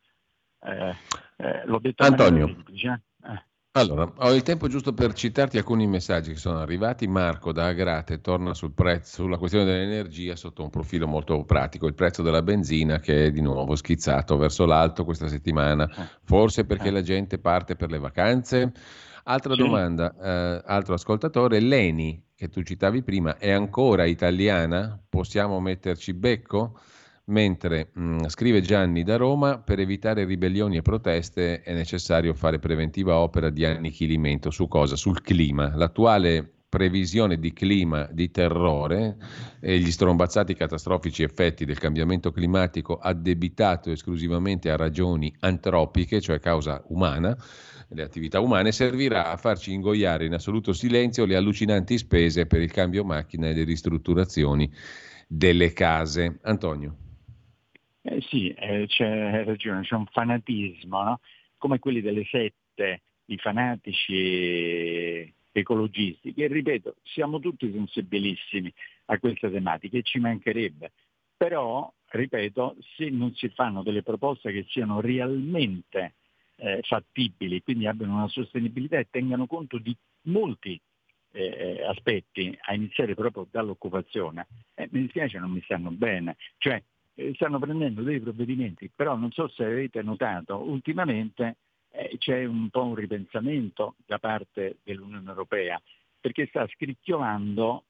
L'ho detto Antonio. semplice. Allora, ho il tempo giusto per citarti alcuni messaggi che sono arrivati. Marco da Agrate torna sul prezzo, sulla questione dell'energia sotto un profilo molto pratico, il prezzo della benzina che è di nuovo schizzato verso l'alto questa settimana, forse perché la gente parte per le vacanze. Altra domanda, altro ascoltatore, Leni, che tu citavi prima, è ancora italiana? Possiamo metterci becco? Mentre scrive Gianni da Roma, per evitare ribellioni e proteste è necessario fare preventiva opera di annichilimento. Su cosa? Sul clima. L'attuale previsione di clima di terrore e gli strombazzati catastrofici effetti del cambiamento climatico addebitato esclusivamente a ragioni antropiche, cioè causa umana, le attività umane, servirà a farci ingoiare in assoluto silenzio le allucinanti spese per il cambio macchina e le ristrutturazioni delle case. Antonio. Sì, c'è ragione, c'è un fanatismo, no? Come quelli delle sette, i fanatici ecologisti, che ripeto, siamo tutti sensibilissimi a queste tematiche e ci mancherebbe. Però, ripeto, se non si fanno delle proposte che siano realmente fattibili, quindi abbiano una sostenibilità e tengano conto di molti aspetti, a iniziare proprio dall'occupazione, mi dispiace, non mi stanno bene. Cioè, stanno prendendo dei provvedimenti, però non so se avete notato, ultimamente c'è un po' un ripensamento da parte dell'Unione Europea, perché sta scricchiolando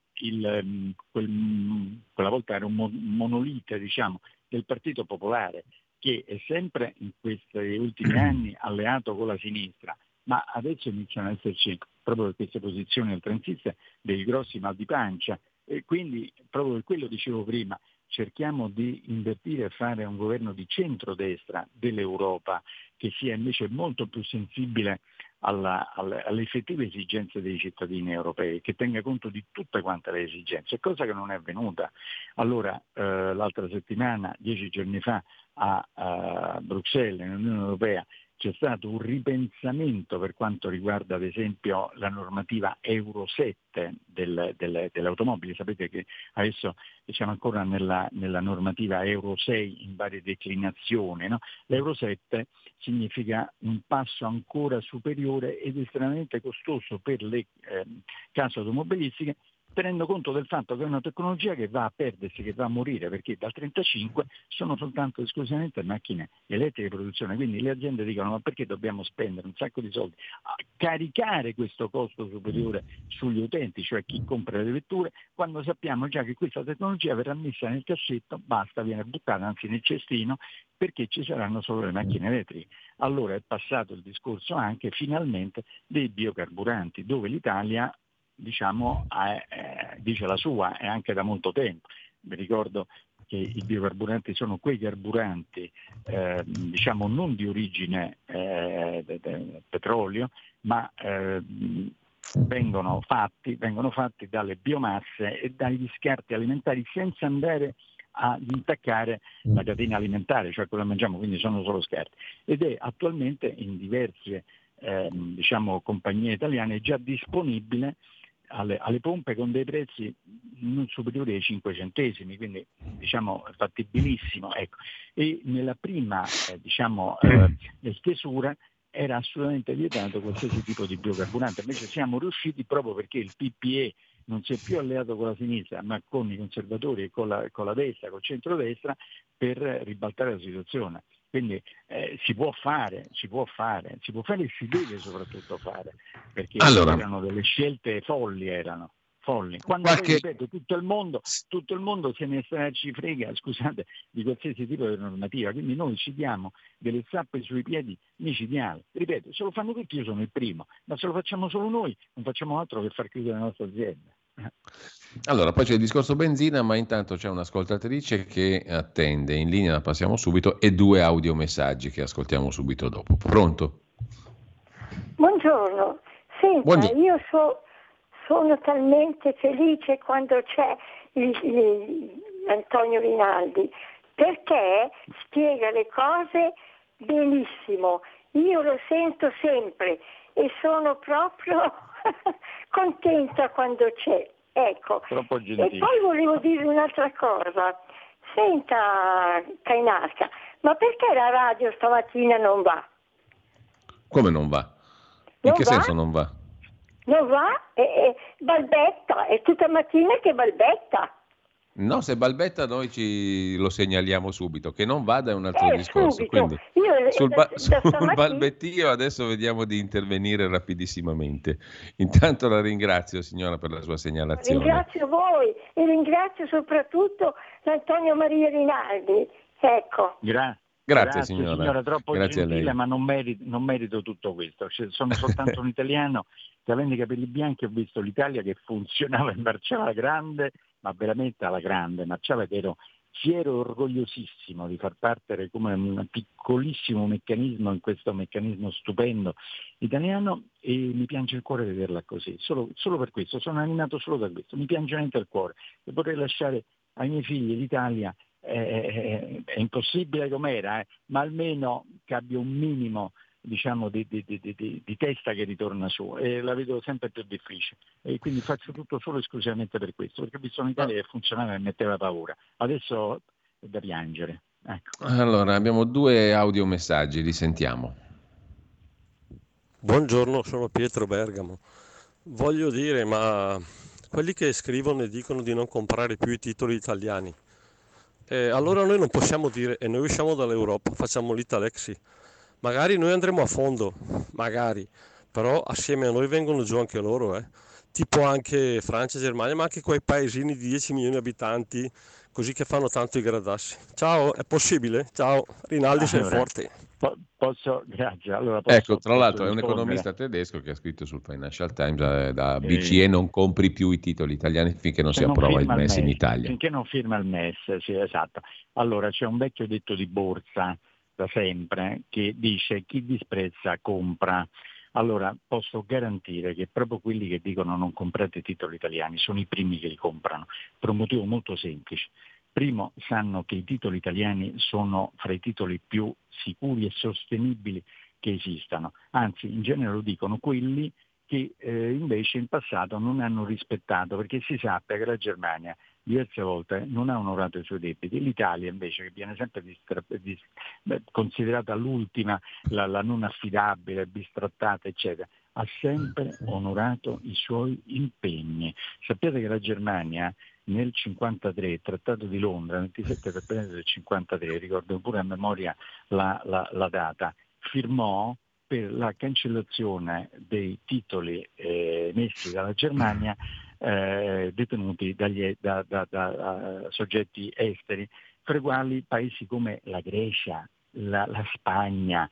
quella volta era un monolite, diciamo, del Partito Popolare, che è sempre in questi ultimi anni alleato con la sinistra, ma adesso iniziano ad esserci, proprio per queste posizioni altranziste, dei grossi mal di pancia, e quindi proprio per quello dicevo prima, cerchiamo di invertire e fare un governo di centrodestra dell'Europa che sia invece molto più sensibile alle effettive esigenze dei cittadini europei, che tenga conto di tutte quante le esigenze, cosa che non è avvenuta. Allora, l'altra settimana, 10 giorni fa, a Bruxelles, nell'Unione Europea, c'è stato un ripensamento per quanto riguarda ad esempio la normativa Euro 7 delle automobili. Sapete che adesso siamo ancora nella normativa Euro 6 in varie declinazioni, no? L'Euro 7 significa un passo ancora superiore ed estremamente costoso per le case automobilistiche, tenendo conto del fatto che è una tecnologia che va a perdersi, che va a morire, perché dal 35 sono soltanto esclusivamente macchine elettriche di produzione, quindi le aziende dicono: ma perché dobbiamo spendere un sacco di soldi a caricare questo costo superiore sugli utenti, cioè chi compra le vetture, quando sappiamo già che questa tecnologia verrà messa nel cassetto, basta, viene buttata anzi nel cestino, perché ci saranno solo le macchine elettriche. Allora è passato il discorso anche finalmente dei biocarburanti, dove l'Italia diciamo dice la sua, e anche da molto tempo. Mi ricordo che i biocarburanti sono quei carburanti diciamo non di origine petrolio, ma vengono fatti dalle biomasse e dagli scarti alimentari, senza andare ad intaccare la catena alimentare, cioè quello che mangiamo, quindi sono solo scarti. Ed è attualmente in diverse diciamo compagnie italiane già disponibile alle pompe con dei prezzi non superiori ai 5 centesimi, quindi diciamo fattibilissimo. Ecco. E nella prima stesura era assolutamente vietato qualsiasi tipo di biocarburante, invece siamo riusciti, proprio perché il PPE non si è più alleato con la sinistra ma con i conservatori e con la destra, col centrodestra, per ribaltare la situazione. Quindi si può fare e si deve soprattutto fare, perché erano delle scelte folli, Quando poi, ripeto, tutto il mondo se ne ci frega, scusate, di qualsiasi tipo di normativa, quindi noi ci diamo delle zappe sui piedi micidiali. Ripeto, se lo fanno tutti io sono il primo, ma se lo facciamo solo noi non facciamo altro che far chiudere la nostra azienda. Allora, poi c'è il discorso benzina, ma intanto c'è un'ascoltatrice che attende in linea, la passiamo subito, e 2 audiomessaggi che ascoltiamo subito dopo. Pronto? Buongiorno, senta, Buongiorno. io sono talmente felice quando c'è Antonio Rinaldi, perché spiega le cose benissimo, io lo sento sempre e sono proprio contenta quando c'è. Ecco, Troppo e gentile. poi volevo dire un'altra cosa. Senta, Cainarca, ma perché la radio stamattina non va? Come non va? In Non che va? senso non va? Non va? E balbetta, è tutta mattina che balbetta. No, se balbetta noi lo segnaliamo subito, che non vada è un altro discorso. Subito. Quindi Io sul stamattina... balbettio adesso vediamo di intervenire rapidissimamente. Intanto la ringrazio, signora, per la sua segnalazione. Ringrazio voi e ringrazio soprattutto Antonio Maria Rinaldi. Ecco. Grazie signora. Troppo Grazie gentile, a lei. ma non merito tutto questo. Sono soltanto un italiano che avendo i capelli bianchi ho visto l'Italia che funzionava e marciava alla grande, ma veramente alla grande, marciava ed ero fiero e orgogliosissimo di far parte come un piccolissimo meccanismo in questo meccanismo stupendo italiano, e mi piange il cuore vederla così, solo per questo, sono animato solo da questo, mi piange veramente il cuore e vorrei lasciare ai miei figli l'Italia. È impossibile com'era, ma almeno che abbia un minimo, diciamo, di testa che ritorna su, e la vedo sempre più difficile, e quindi faccio tutto solo esclusivamente per questo, perché ho visto un'Italia che funzionava e metteva paura. Adesso è da piangere. Ecco. Allora, abbiamo 2 audiomessaggi, li sentiamo. Buongiorno, sono Pietro Bergamo. Voglio dire, ma quelli che scrivono e dicono di non comprare più i titoli italiani, allora noi non possiamo dire, e noi usciamo dall'Europa, facciamo l'Italexi. Magari noi andremo a fondo, magari, però assieme a noi vengono giù anche loro, tipo anche Francia, Germania, ma anche quei paesini di 10 milioni di abitanti, così che fanno tanto i gradassi. Ciao, è possibile? Ciao, Rinaldi, sei forte. Grazie. Ecco, tra l'altro è un economista tedesco che ha scritto sul Financial Times, da BCE non compri più i titoli italiani finché non si approva il MES in Italia. Finché non firma il MES, sì, esatto. Allora, c'è un vecchio detto di borsa da sempre che dice: chi disprezza compra. Allora posso garantire che proprio quelli che dicono non comprate titoli italiani sono i primi che li comprano, per un motivo molto semplice. Primo, sanno che i titoli italiani sono fra i titoli più sicuri e sostenibili che esistano, anzi in genere lo dicono quelli che invece in passato non hanno rispettato, perché si sappia che la Germania diverse volte non ha onorato i suoi debiti, l'Italia invece, che viene sempre considerata l'ultima, la non affidabile, bistrattata eccetera, ha sempre onorato i suoi impegni. Sappiate che la Germania nel 1953, Trattato di Londra, 27 febbraio del 1953, ricordo pure a memoria la data, firmò per la cancellazione dei titoli emessi dalla Germania detenuti da soggetti esteri, fra i quali paesi come la Grecia, la Spagna,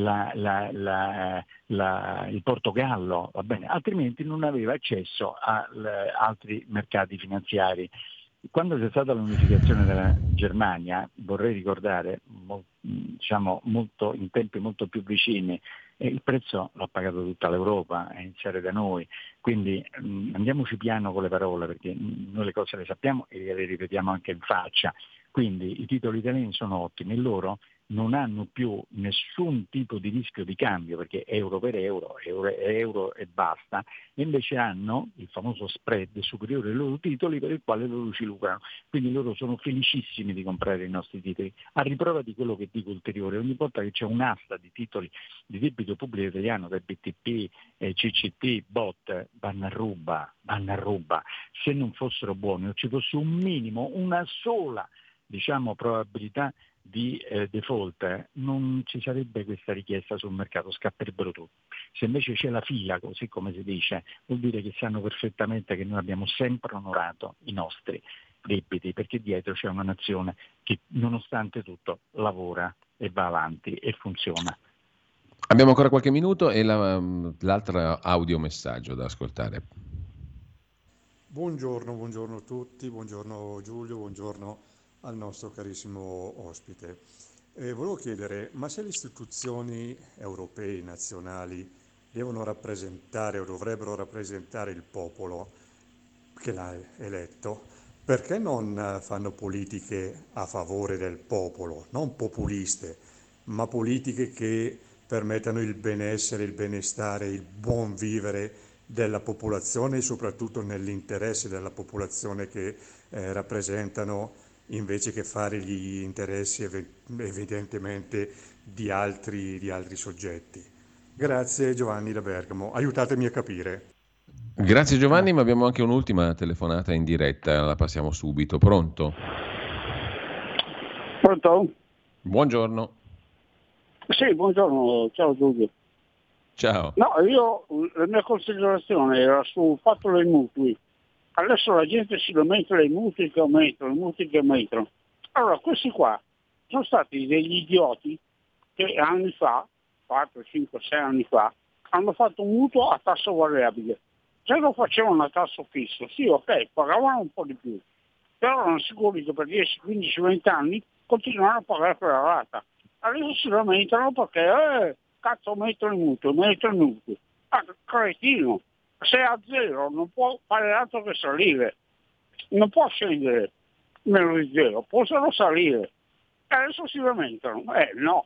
il Portogallo, va bene, altrimenti non aveva accesso a altri mercati finanziari. Quando c'è stata l'unificazione della Germania, vorrei ricordare, molto, in tempi molto più vicini, il prezzo l'ha pagato tutta l'Europa, a iniziare da noi, quindi andiamoci piano con le parole, perché noi le cose le sappiamo e le ripetiamo anche in faccia. Quindi i titoli italiani sono ottimi e loro non hanno più nessun tipo di rischio di cambio, perché euro per euro e basta, e invece hanno il famoso spread superiore ai loro titoli per il quale loro ci lucrano. Quindi loro sono felicissimi di comprare i nostri titoli, a riprova di quello che dico ulteriore: ogni volta che c'è un'asta di titoli di debito pubblico italiano, da BTP, CCT, BOT, vanno a ruba. Se non fossero buoni o ci fosse un minimo, una sola probabilità di default, non ci sarebbe questa richiesta sul mercato, scapperebbero tutti. Se invece c'è la fila, così come si dice, vuol dire che sanno perfettamente che noi abbiamo sempre onorato i nostri debiti, perché dietro c'è una nazione che nonostante tutto lavora e va avanti e funziona. Abbiamo ancora qualche minuto e l'altro audiomessaggio da ascoltare. Buongiorno a tutti, buongiorno Giulio, buongiorno al nostro carissimo ospite. Volevo chiedere, ma se le istituzioni europee, nazionali, devono rappresentare o dovrebbero rappresentare il popolo che l'ha eletto, perché non fanno politiche a favore del popolo, non populiste, ma politiche che permettano il benessere, il benestare, il buon vivere della popolazione e soprattutto nell'interesse della popolazione che rappresentano, invece che fare gli interessi evidentemente di altri soggetti. Grazie Giovanni da Bergamo, aiutatemi a capire. Grazie Giovanni, ma abbiamo anche un'ultima telefonata in diretta, la passiamo subito. Pronto? Pronto? Buongiorno. Sì, buongiorno, ciao Giulio. Ciao. No, la mia considerazione era sul fatto dei mutui. Adesso la gente si lamenta dei mutui che aumentano. Allora, questi qua sono stati degli idioti che anni fa, 4, 5, 6 anni fa, hanno fatto un mutuo a tasso variabile. Se lo facevano a tasso fisso, sì, ok, pagavano un po' di più, però erano sicuri che per 10, 15, 20 anni continuavano a pagare per la rata. Adesso si lamentano perché, cazzo, mettono i mutui. Ah, cretino, se è a zero non può fare altro che salire, non può scendere meno di zero, può solo salire. Adesso si lamentano, no,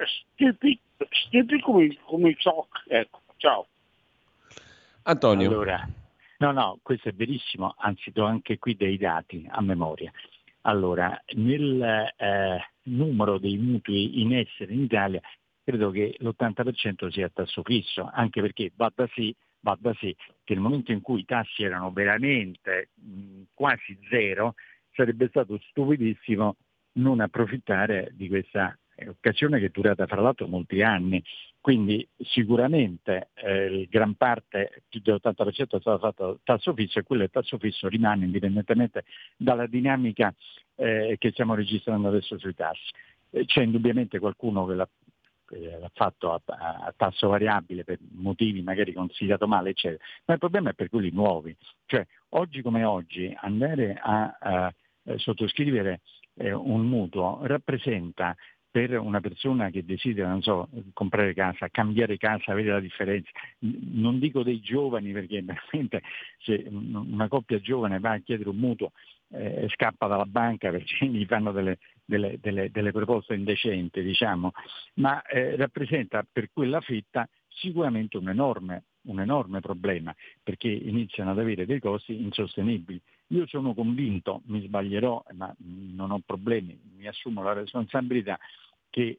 stupidi come i zoc, ecco, ciao. Antonio. Allora, no, questo è verissimo, anzi do anche qui dei dati a memoria. Allora, nel numero dei mutui in essere in Italia, credo che l'80% sia a tasso fisso, anche perché va da sé che nel momento in cui i tassi erano veramente quasi zero, sarebbe stato stupidissimo non approfittare di questa occasione che è durata fra l'altro molti anni. Quindi sicuramente gran parte, più dell'80% è stato fatto a tasso fisso e quello del tasso fisso rimane indipendentemente dalla dinamica che stiamo registrando adesso sui tassi. C'è indubbiamente qualcuno che l'ha fatto a tasso variabile per motivi magari consigliato male, eccetera, ma il problema è per quelli nuovi. Cioè oggi come oggi andare a sottoscrivere un mutuo rappresenta, per una persona che desidera, non so, comprare casa, cambiare casa, avere la differenza, non dico dei giovani, perché veramente se una coppia giovane va a chiedere un mutuo scappa dalla banca perché gli fanno delle proposte indecenti, diciamo, ma rappresenta per quella fetta sicuramente un enorme problema, perché iniziano ad avere dei costi insostenibili. Io sono convinto, mi sbaglierò, ma non ho problemi, mi assumo la responsabilità che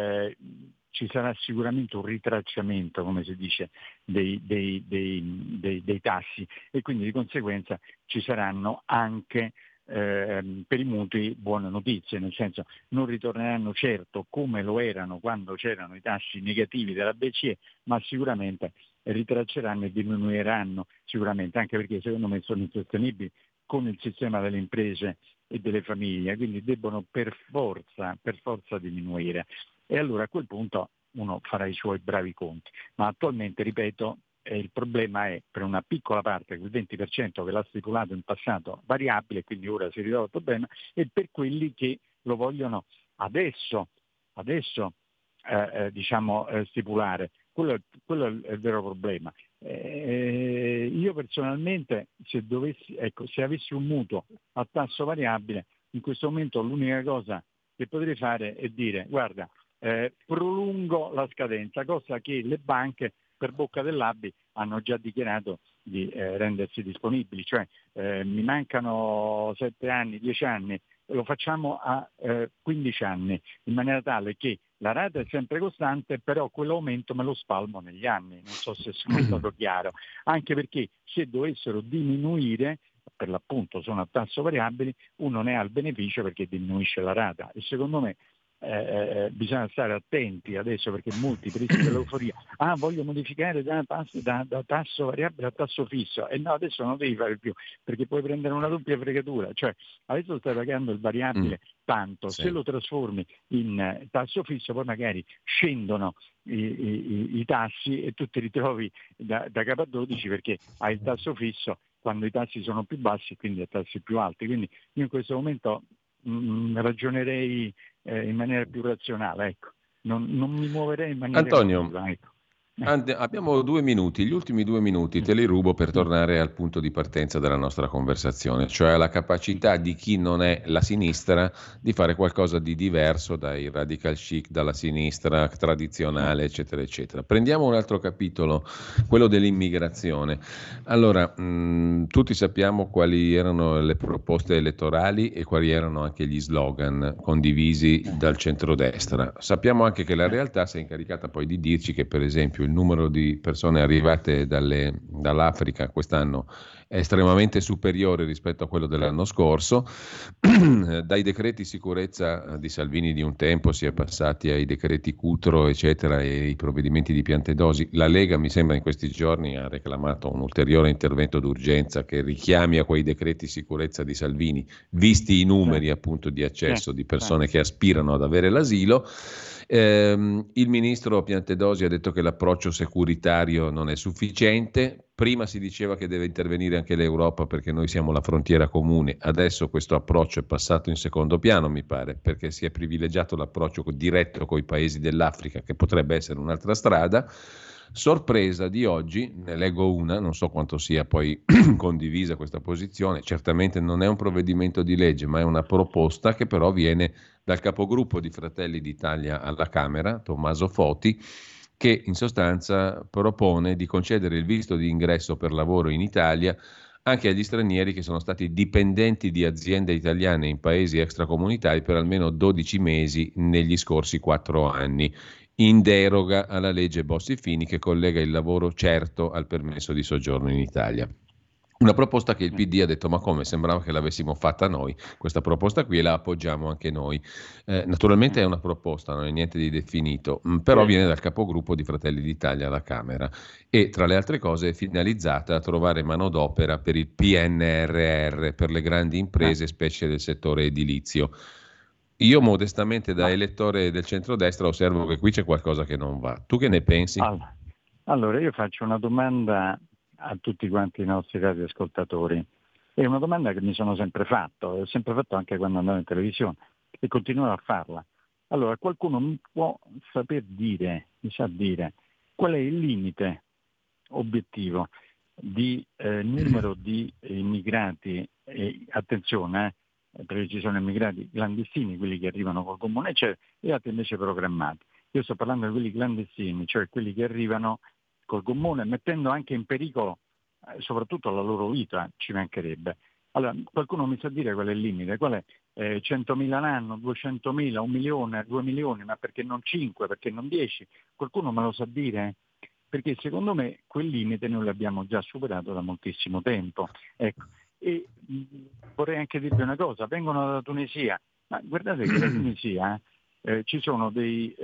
ci sarà sicuramente un ritracciamento, come si dice, dei tassi e quindi di conseguenza ci saranno anche per i mutui buone notizie, nel senso non ritorneranno certo come lo erano quando c'erano i tassi negativi della BCE, ma sicuramente ritracceranno e diminuiranno sicuramente, anche perché secondo me sono insostenibili con il sistema delle imprese e delle famiglie, quindi debbono per forza diminuire. E allora a quel punto uno farà i suoi bravi conti. Ma attualmente, ripeto, il problema è per una piccola parte, quel 20% che l'ha stipulato in passato variabile, quindi ora si risolve il problema, e per quelli che lo vogliono adesso stipulare. Quello è il vero problema. Io personalmente se avessi un mutuo a tasso variabile, in questo momento l'unica cosa che potrei fare è dire guarda, prolungo la scadenza, cosa che le banche per bocca dell'ABI hanno già dichiarato di rendersi disponibili, cioè mi mancano 7 anni, 10 anni, lo facciamo a 15 anni, in maniera tale che la rata è sempre costante, però quell'aumento me lo spalmo negli anni, non so se sono stato chiaro, anche perché se dovessero diminuire, per l'appunto sono a tasso variabili, uno ne ha il beneficio perché diminuisce la rata e secondo me bisogna stare attenti adesso perché molti presi dell'euforia voglio modificare da tasso variabile a tasso fisso e no, adesso non devi fare più perché puoi prendere una doppia fregatura, cioè adesso stai pagando il variabile tanto, se lo trasformi in tasso fisso poi magari scendono i tassi e tu ti ritrovi da capo a 12 perché hai il tasso fisso quando i tassi sono più bassi, quindi a tassi più alti. Quindi io in questo momento ragionerei in maniera più razionale, ecco. Non mi muoverei in maniera emotiva, ecco. Abbiamo 2 minuti, gli ultimi 2 minuti te li rubo per tornare al punto di partenza della nostra conversazione, cioè la capacità di chi non è la sinistra di fare qualcosa di diverso dai radical chic, dalla sinistra tradizionale, eccetera, eccetera. Prendiamo un altro capitolo, quello dell'immigrazione. Allora, tutti sappiamo quali erano le proposte elettorali e quali erano anche gli slogan condivisi dal centrodestra. Sappiamo anche che la realtà si è incaricata poi di dirci che, per esempio, il numero di persone arrivate dall'Africa quest'anno è estremamente superiore rispetto a quello dell'anno scorso. Dai decreti sicurezza di Salvini di un tempo si è passati ai decreti Cutro, eccetera, e i provvedimenti di Piantedosi. La Lega, mi sembra, in questi giorni ha reclamato un ulteriore intervento d'urgenza che richiami a quei decreti sicurezza di Salvini, visti i numeri appunto di accesso di persone che aspirano ad avere l'asilo. Il ministro Piantedosi ha detto che l'approccio securitario non è sufficiente. Prima si diceva che deve intervenire anche l'Europa perché noi siamo la frontiera comune. Adesso questo approccio è passato in secondo piano, mi pare, perché si è privilegiato l'approccio diretto con i paesi dell'Africa, che potrebbe essere un'altra strada. Sorpresa di oggi, ne leggo una, non so quanto sia poi condivisa questa posizione, certamente non è un provvedimento di legge, ma è una proposta che però viene dal capogruppo di Fratelli d'Italia alla Camera, Tommaso Foti, che in sostanza propone di concedere il visto di ingresso per lavoro in Italia anche agli stranieri che sono stati dipendenti di aziende italiane in paesi extracomunitari per almeno 12 mesi negli scorsi 4 anni, in deroga alla legge Bossi-Fini che collega il lavoro certo al permesso di soggiorno in Italia. Una proposta che il PD ha detto: ma come, sembrava che l'avessimo fatta noi questa proposta qui e la appoggiamo anche noi. Naturalmente è una proposta, non è niente di definito, però viene dal capogruppo di Fratelli d'Italia alla Camera e tra le altre cose è finalizzata a trovare manodopera per il PNRR, per le grandi imprese, specie del settore edilizio. Io modestamente da elettore del centrodestra osservo che qui c'è qualcosa che non va. Tu che ne pensi? Allora io faccio una domanda a tutti quanti i nostri radioascoltatori. È una domanda che mi sono sempre fatto, ho sempre fatto anche quando andavo in televisione e continuerò a farla. Allora, qualcuno mi può saper dire, mi sa dire, qual è il limite obiettivo di numero di immigrati, attenzione, perché ci sono immigrati clandestini, quelli che arrivano col comune, e altri invece programmati. Io sto parlando di quelli clandestini, cioè quelli che arrivano col comune, mettendo anche in pericolo soprattutto la loro vita, ci mancherebbe. Allora, qualcuno mi sa dire qual è il limite? Qual è? 100.000 l'anno, 200.000, 1 milione, 2 milioni, ma perché non 5, perché non 10? Qualcuno me lo sa dire? Perché secondo me quel limite noi l'abbiamo già superato da moltissimo tempo. Ecco. E vorrei anche dirvi una cosa, vengono dalla Tunisia, ma guardate che la Tunisia ci sono dei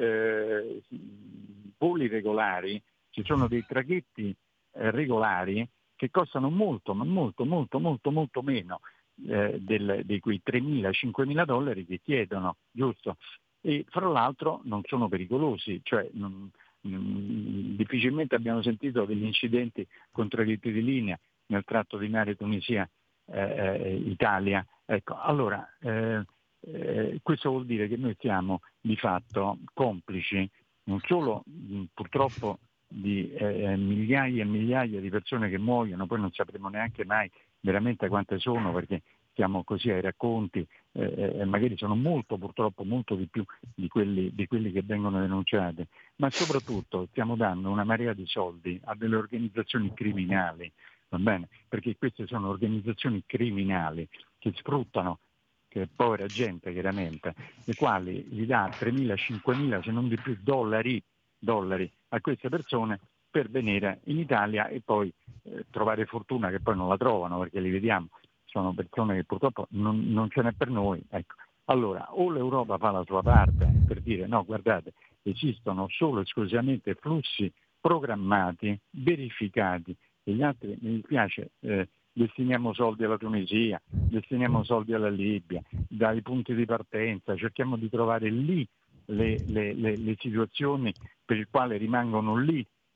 voli regolari, ci sono dei traghetti regolari che costano molto, ma molto meno di quei 3.000, 5.000 dollari che chiedono, giusto? E fra l'altro non sono pericolosi, cioè difficilmente abbiamo sentito degli incidenti con traghetti di linea nel tratto di mare Tunisia-Italia. Ecco, allora questo vuol dire che noi siamo di fatto complici non solo purtroppo di migliaia e migliaia di persone che muoiono, poi non sapremo neanche mai veramente quante sono perché siamo così ai racconti, magari sono purtroppo molto di più di quelli che vengono denunciati, ma soprattutto stiamo dando una marea di soldi a delle organizzazioni criminali, va bene? Perché queste sono organizzazioni criminali che sfruttano che è povera gente chiaramente, le quali gli dà 3.000, 5.000 se non di più dollari a queste persone per venire in Italia e poi trovare fortuna che poi non la trovano perché li vediamo, sono persone che purtroppo non ce n'è per noi. Ecco. Allora o l'Europa fa la sua parte per dire no, guardate, esistono solo esclusivamente flussi programmati, verificati, e gli altri mi dispiace destiniamo soldi alla Tunisia, destiniamo soldi alla Libia, dai punti di partenza, cerchiamo di trovare lì le situazioni per il quale rimangono lì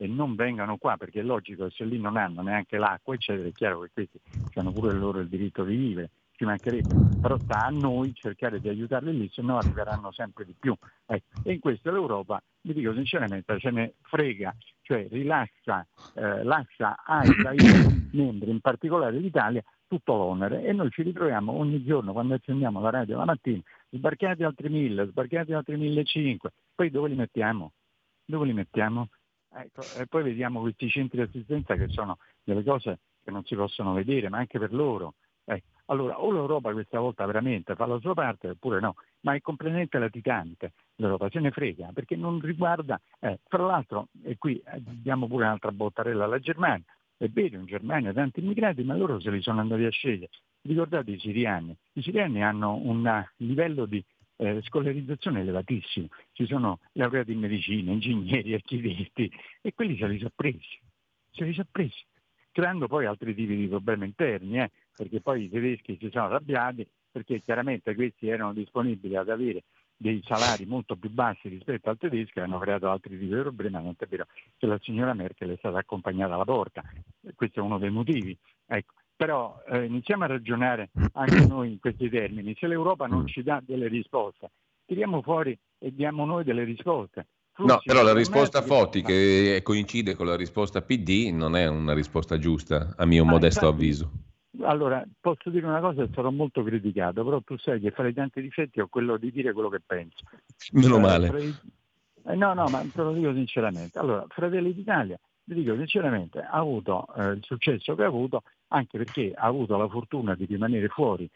e non vengano qua, perché è logico che se lì non hanno neanche l'acqua, eccetera, è chiaro che questi hanno pure il loro diritto di vivere, ci mancherebbe, però sta a noi cercare di aiutarli lì, se no arriveranno sempre di più. Ecco. E in questo l'Europa, vi dico sinceramente, se ne frega, cioè lascia ai paesi membri, in particolare l'Italia, tutto l'onere, e noi ci ritroviamo ogni giorno quando accendiamo la radio la mattina, sbarcati altri 1.000, sbarcati altri 1.500, poi dove li mettiamo? Dove li mettiamo? Ecco, e poi vediamo questi centri di assistenza che sono delle cose che non si possono vedere, ma anche per loro. Allora, o l'Europa questa volta veramente fa la sua parte oppure no, ma è completamente latitante. L'Europa se ne frega, perché non riguarda, tra l'altro, e qui diamo pure un'altra bottarella alla Germania. È vero, in Germania tanti immigrati, ma loro se li sono andati a scegliere. Ricordate i siriani? I siriani hanno un livello di scolarizzazione elevatissimo, ci sono laureati in medicina, ingegneri, architetti, e quelli se li sono presi, creando poi altri tipi di problemi interni, perché poi i tedeschi si sono arrabbiati, perché chiaramente questi erano disponibili ad avere dei salari molto più bassi rispetto al tedesco e hanno creato altri tipi di problemi, non è vero che la signora Merkel è stata accompagnata alla porta, questo è uno dei motivi. Ecco. Però iniziamo a ragionare anche noi in questi termini. Se l'Europa non ci dà delle risposte, tiriamo fuori e diamo noi delle risposte. No, però la risposta Foti, che coincide con la risposta PD, non è una risposta giusta, a mio modesto avviso. Allora, posso dire una cosa, sarò molto criticato, però tu sai che fra i tanti difetti ho quello di dire quello che penso. Meno male. No, ma te lo dico sinceramente. Allora, Fratelli d'Italia, vi dico sinceramente, ha avuto il successo che ha avuto, anche perché ha avuto la fortuna di rimanere fuori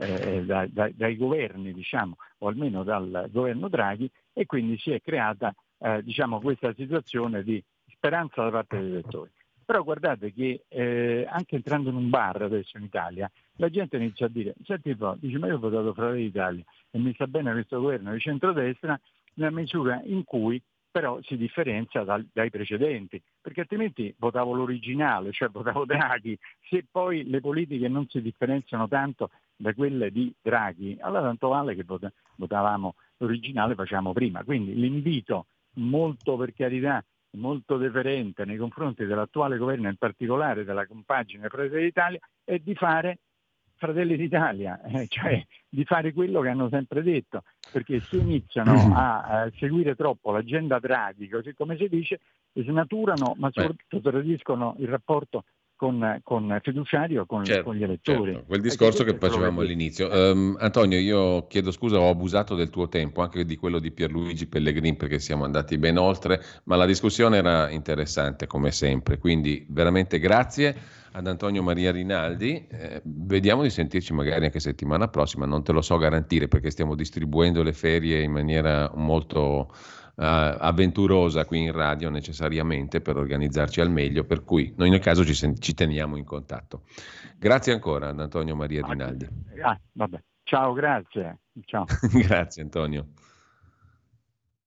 dai governi, diciamo, o almeno dal governo Draghi, e quindi si è creata questa situazione di speranza da parte degli elettori. Però guardate che anche entrando in un bar adesso in Italia, la gente inizia a dire, senti, dice, ma io ho votato Fratelli d'Italia e mi sta bene questo governo di centrodestra, nella misura in cui però si differenzia dai precedenti, perché altrimenti votavo l'originale, cioè votavo Draghi. Se poi le politiche non si differenziano tanto da quelle di Draghi, allora tanto vale che votavamo l'originale, facciamo prima. Quindi l'invito, molto per carità, molto deferente nei confronti dell'attuale governo, in particolare della compagine Fratelli d'Italia, è di fare Fratelli d'Italia, cioè di fare quello che hanno sempre detto, perché se iniziano a seguire troppo l'agenda Draghi, così come si dice, snaturano, ma soprattutto tradiscono il rapporto con fiduciario con gli elettori. Certo, quel discorso che facevamo all'inizio. Antonio, io chiedo scusa, ho abusato del tuo tempo, anche di quello di Pierluigi Pellegrini, perché siamo andati ben oltre, ma la discussione era interessante come sempre, quindi veramente grazie ad Antonio Maria Rinaldi. Vediamo di sentirci magari anche settimana prossima, non te lo so garantire perché stiamo distribuendo le ferie in maniera molto avventurosa qui in radio necessariamente per organizzarci al meglio, per cui noi nel caso ci teniamo in contatto. Grazie ancora ad Antonio Maria Rinaldi. Vabbè. Ciao, grazie. Ciao. Grazie Antonio.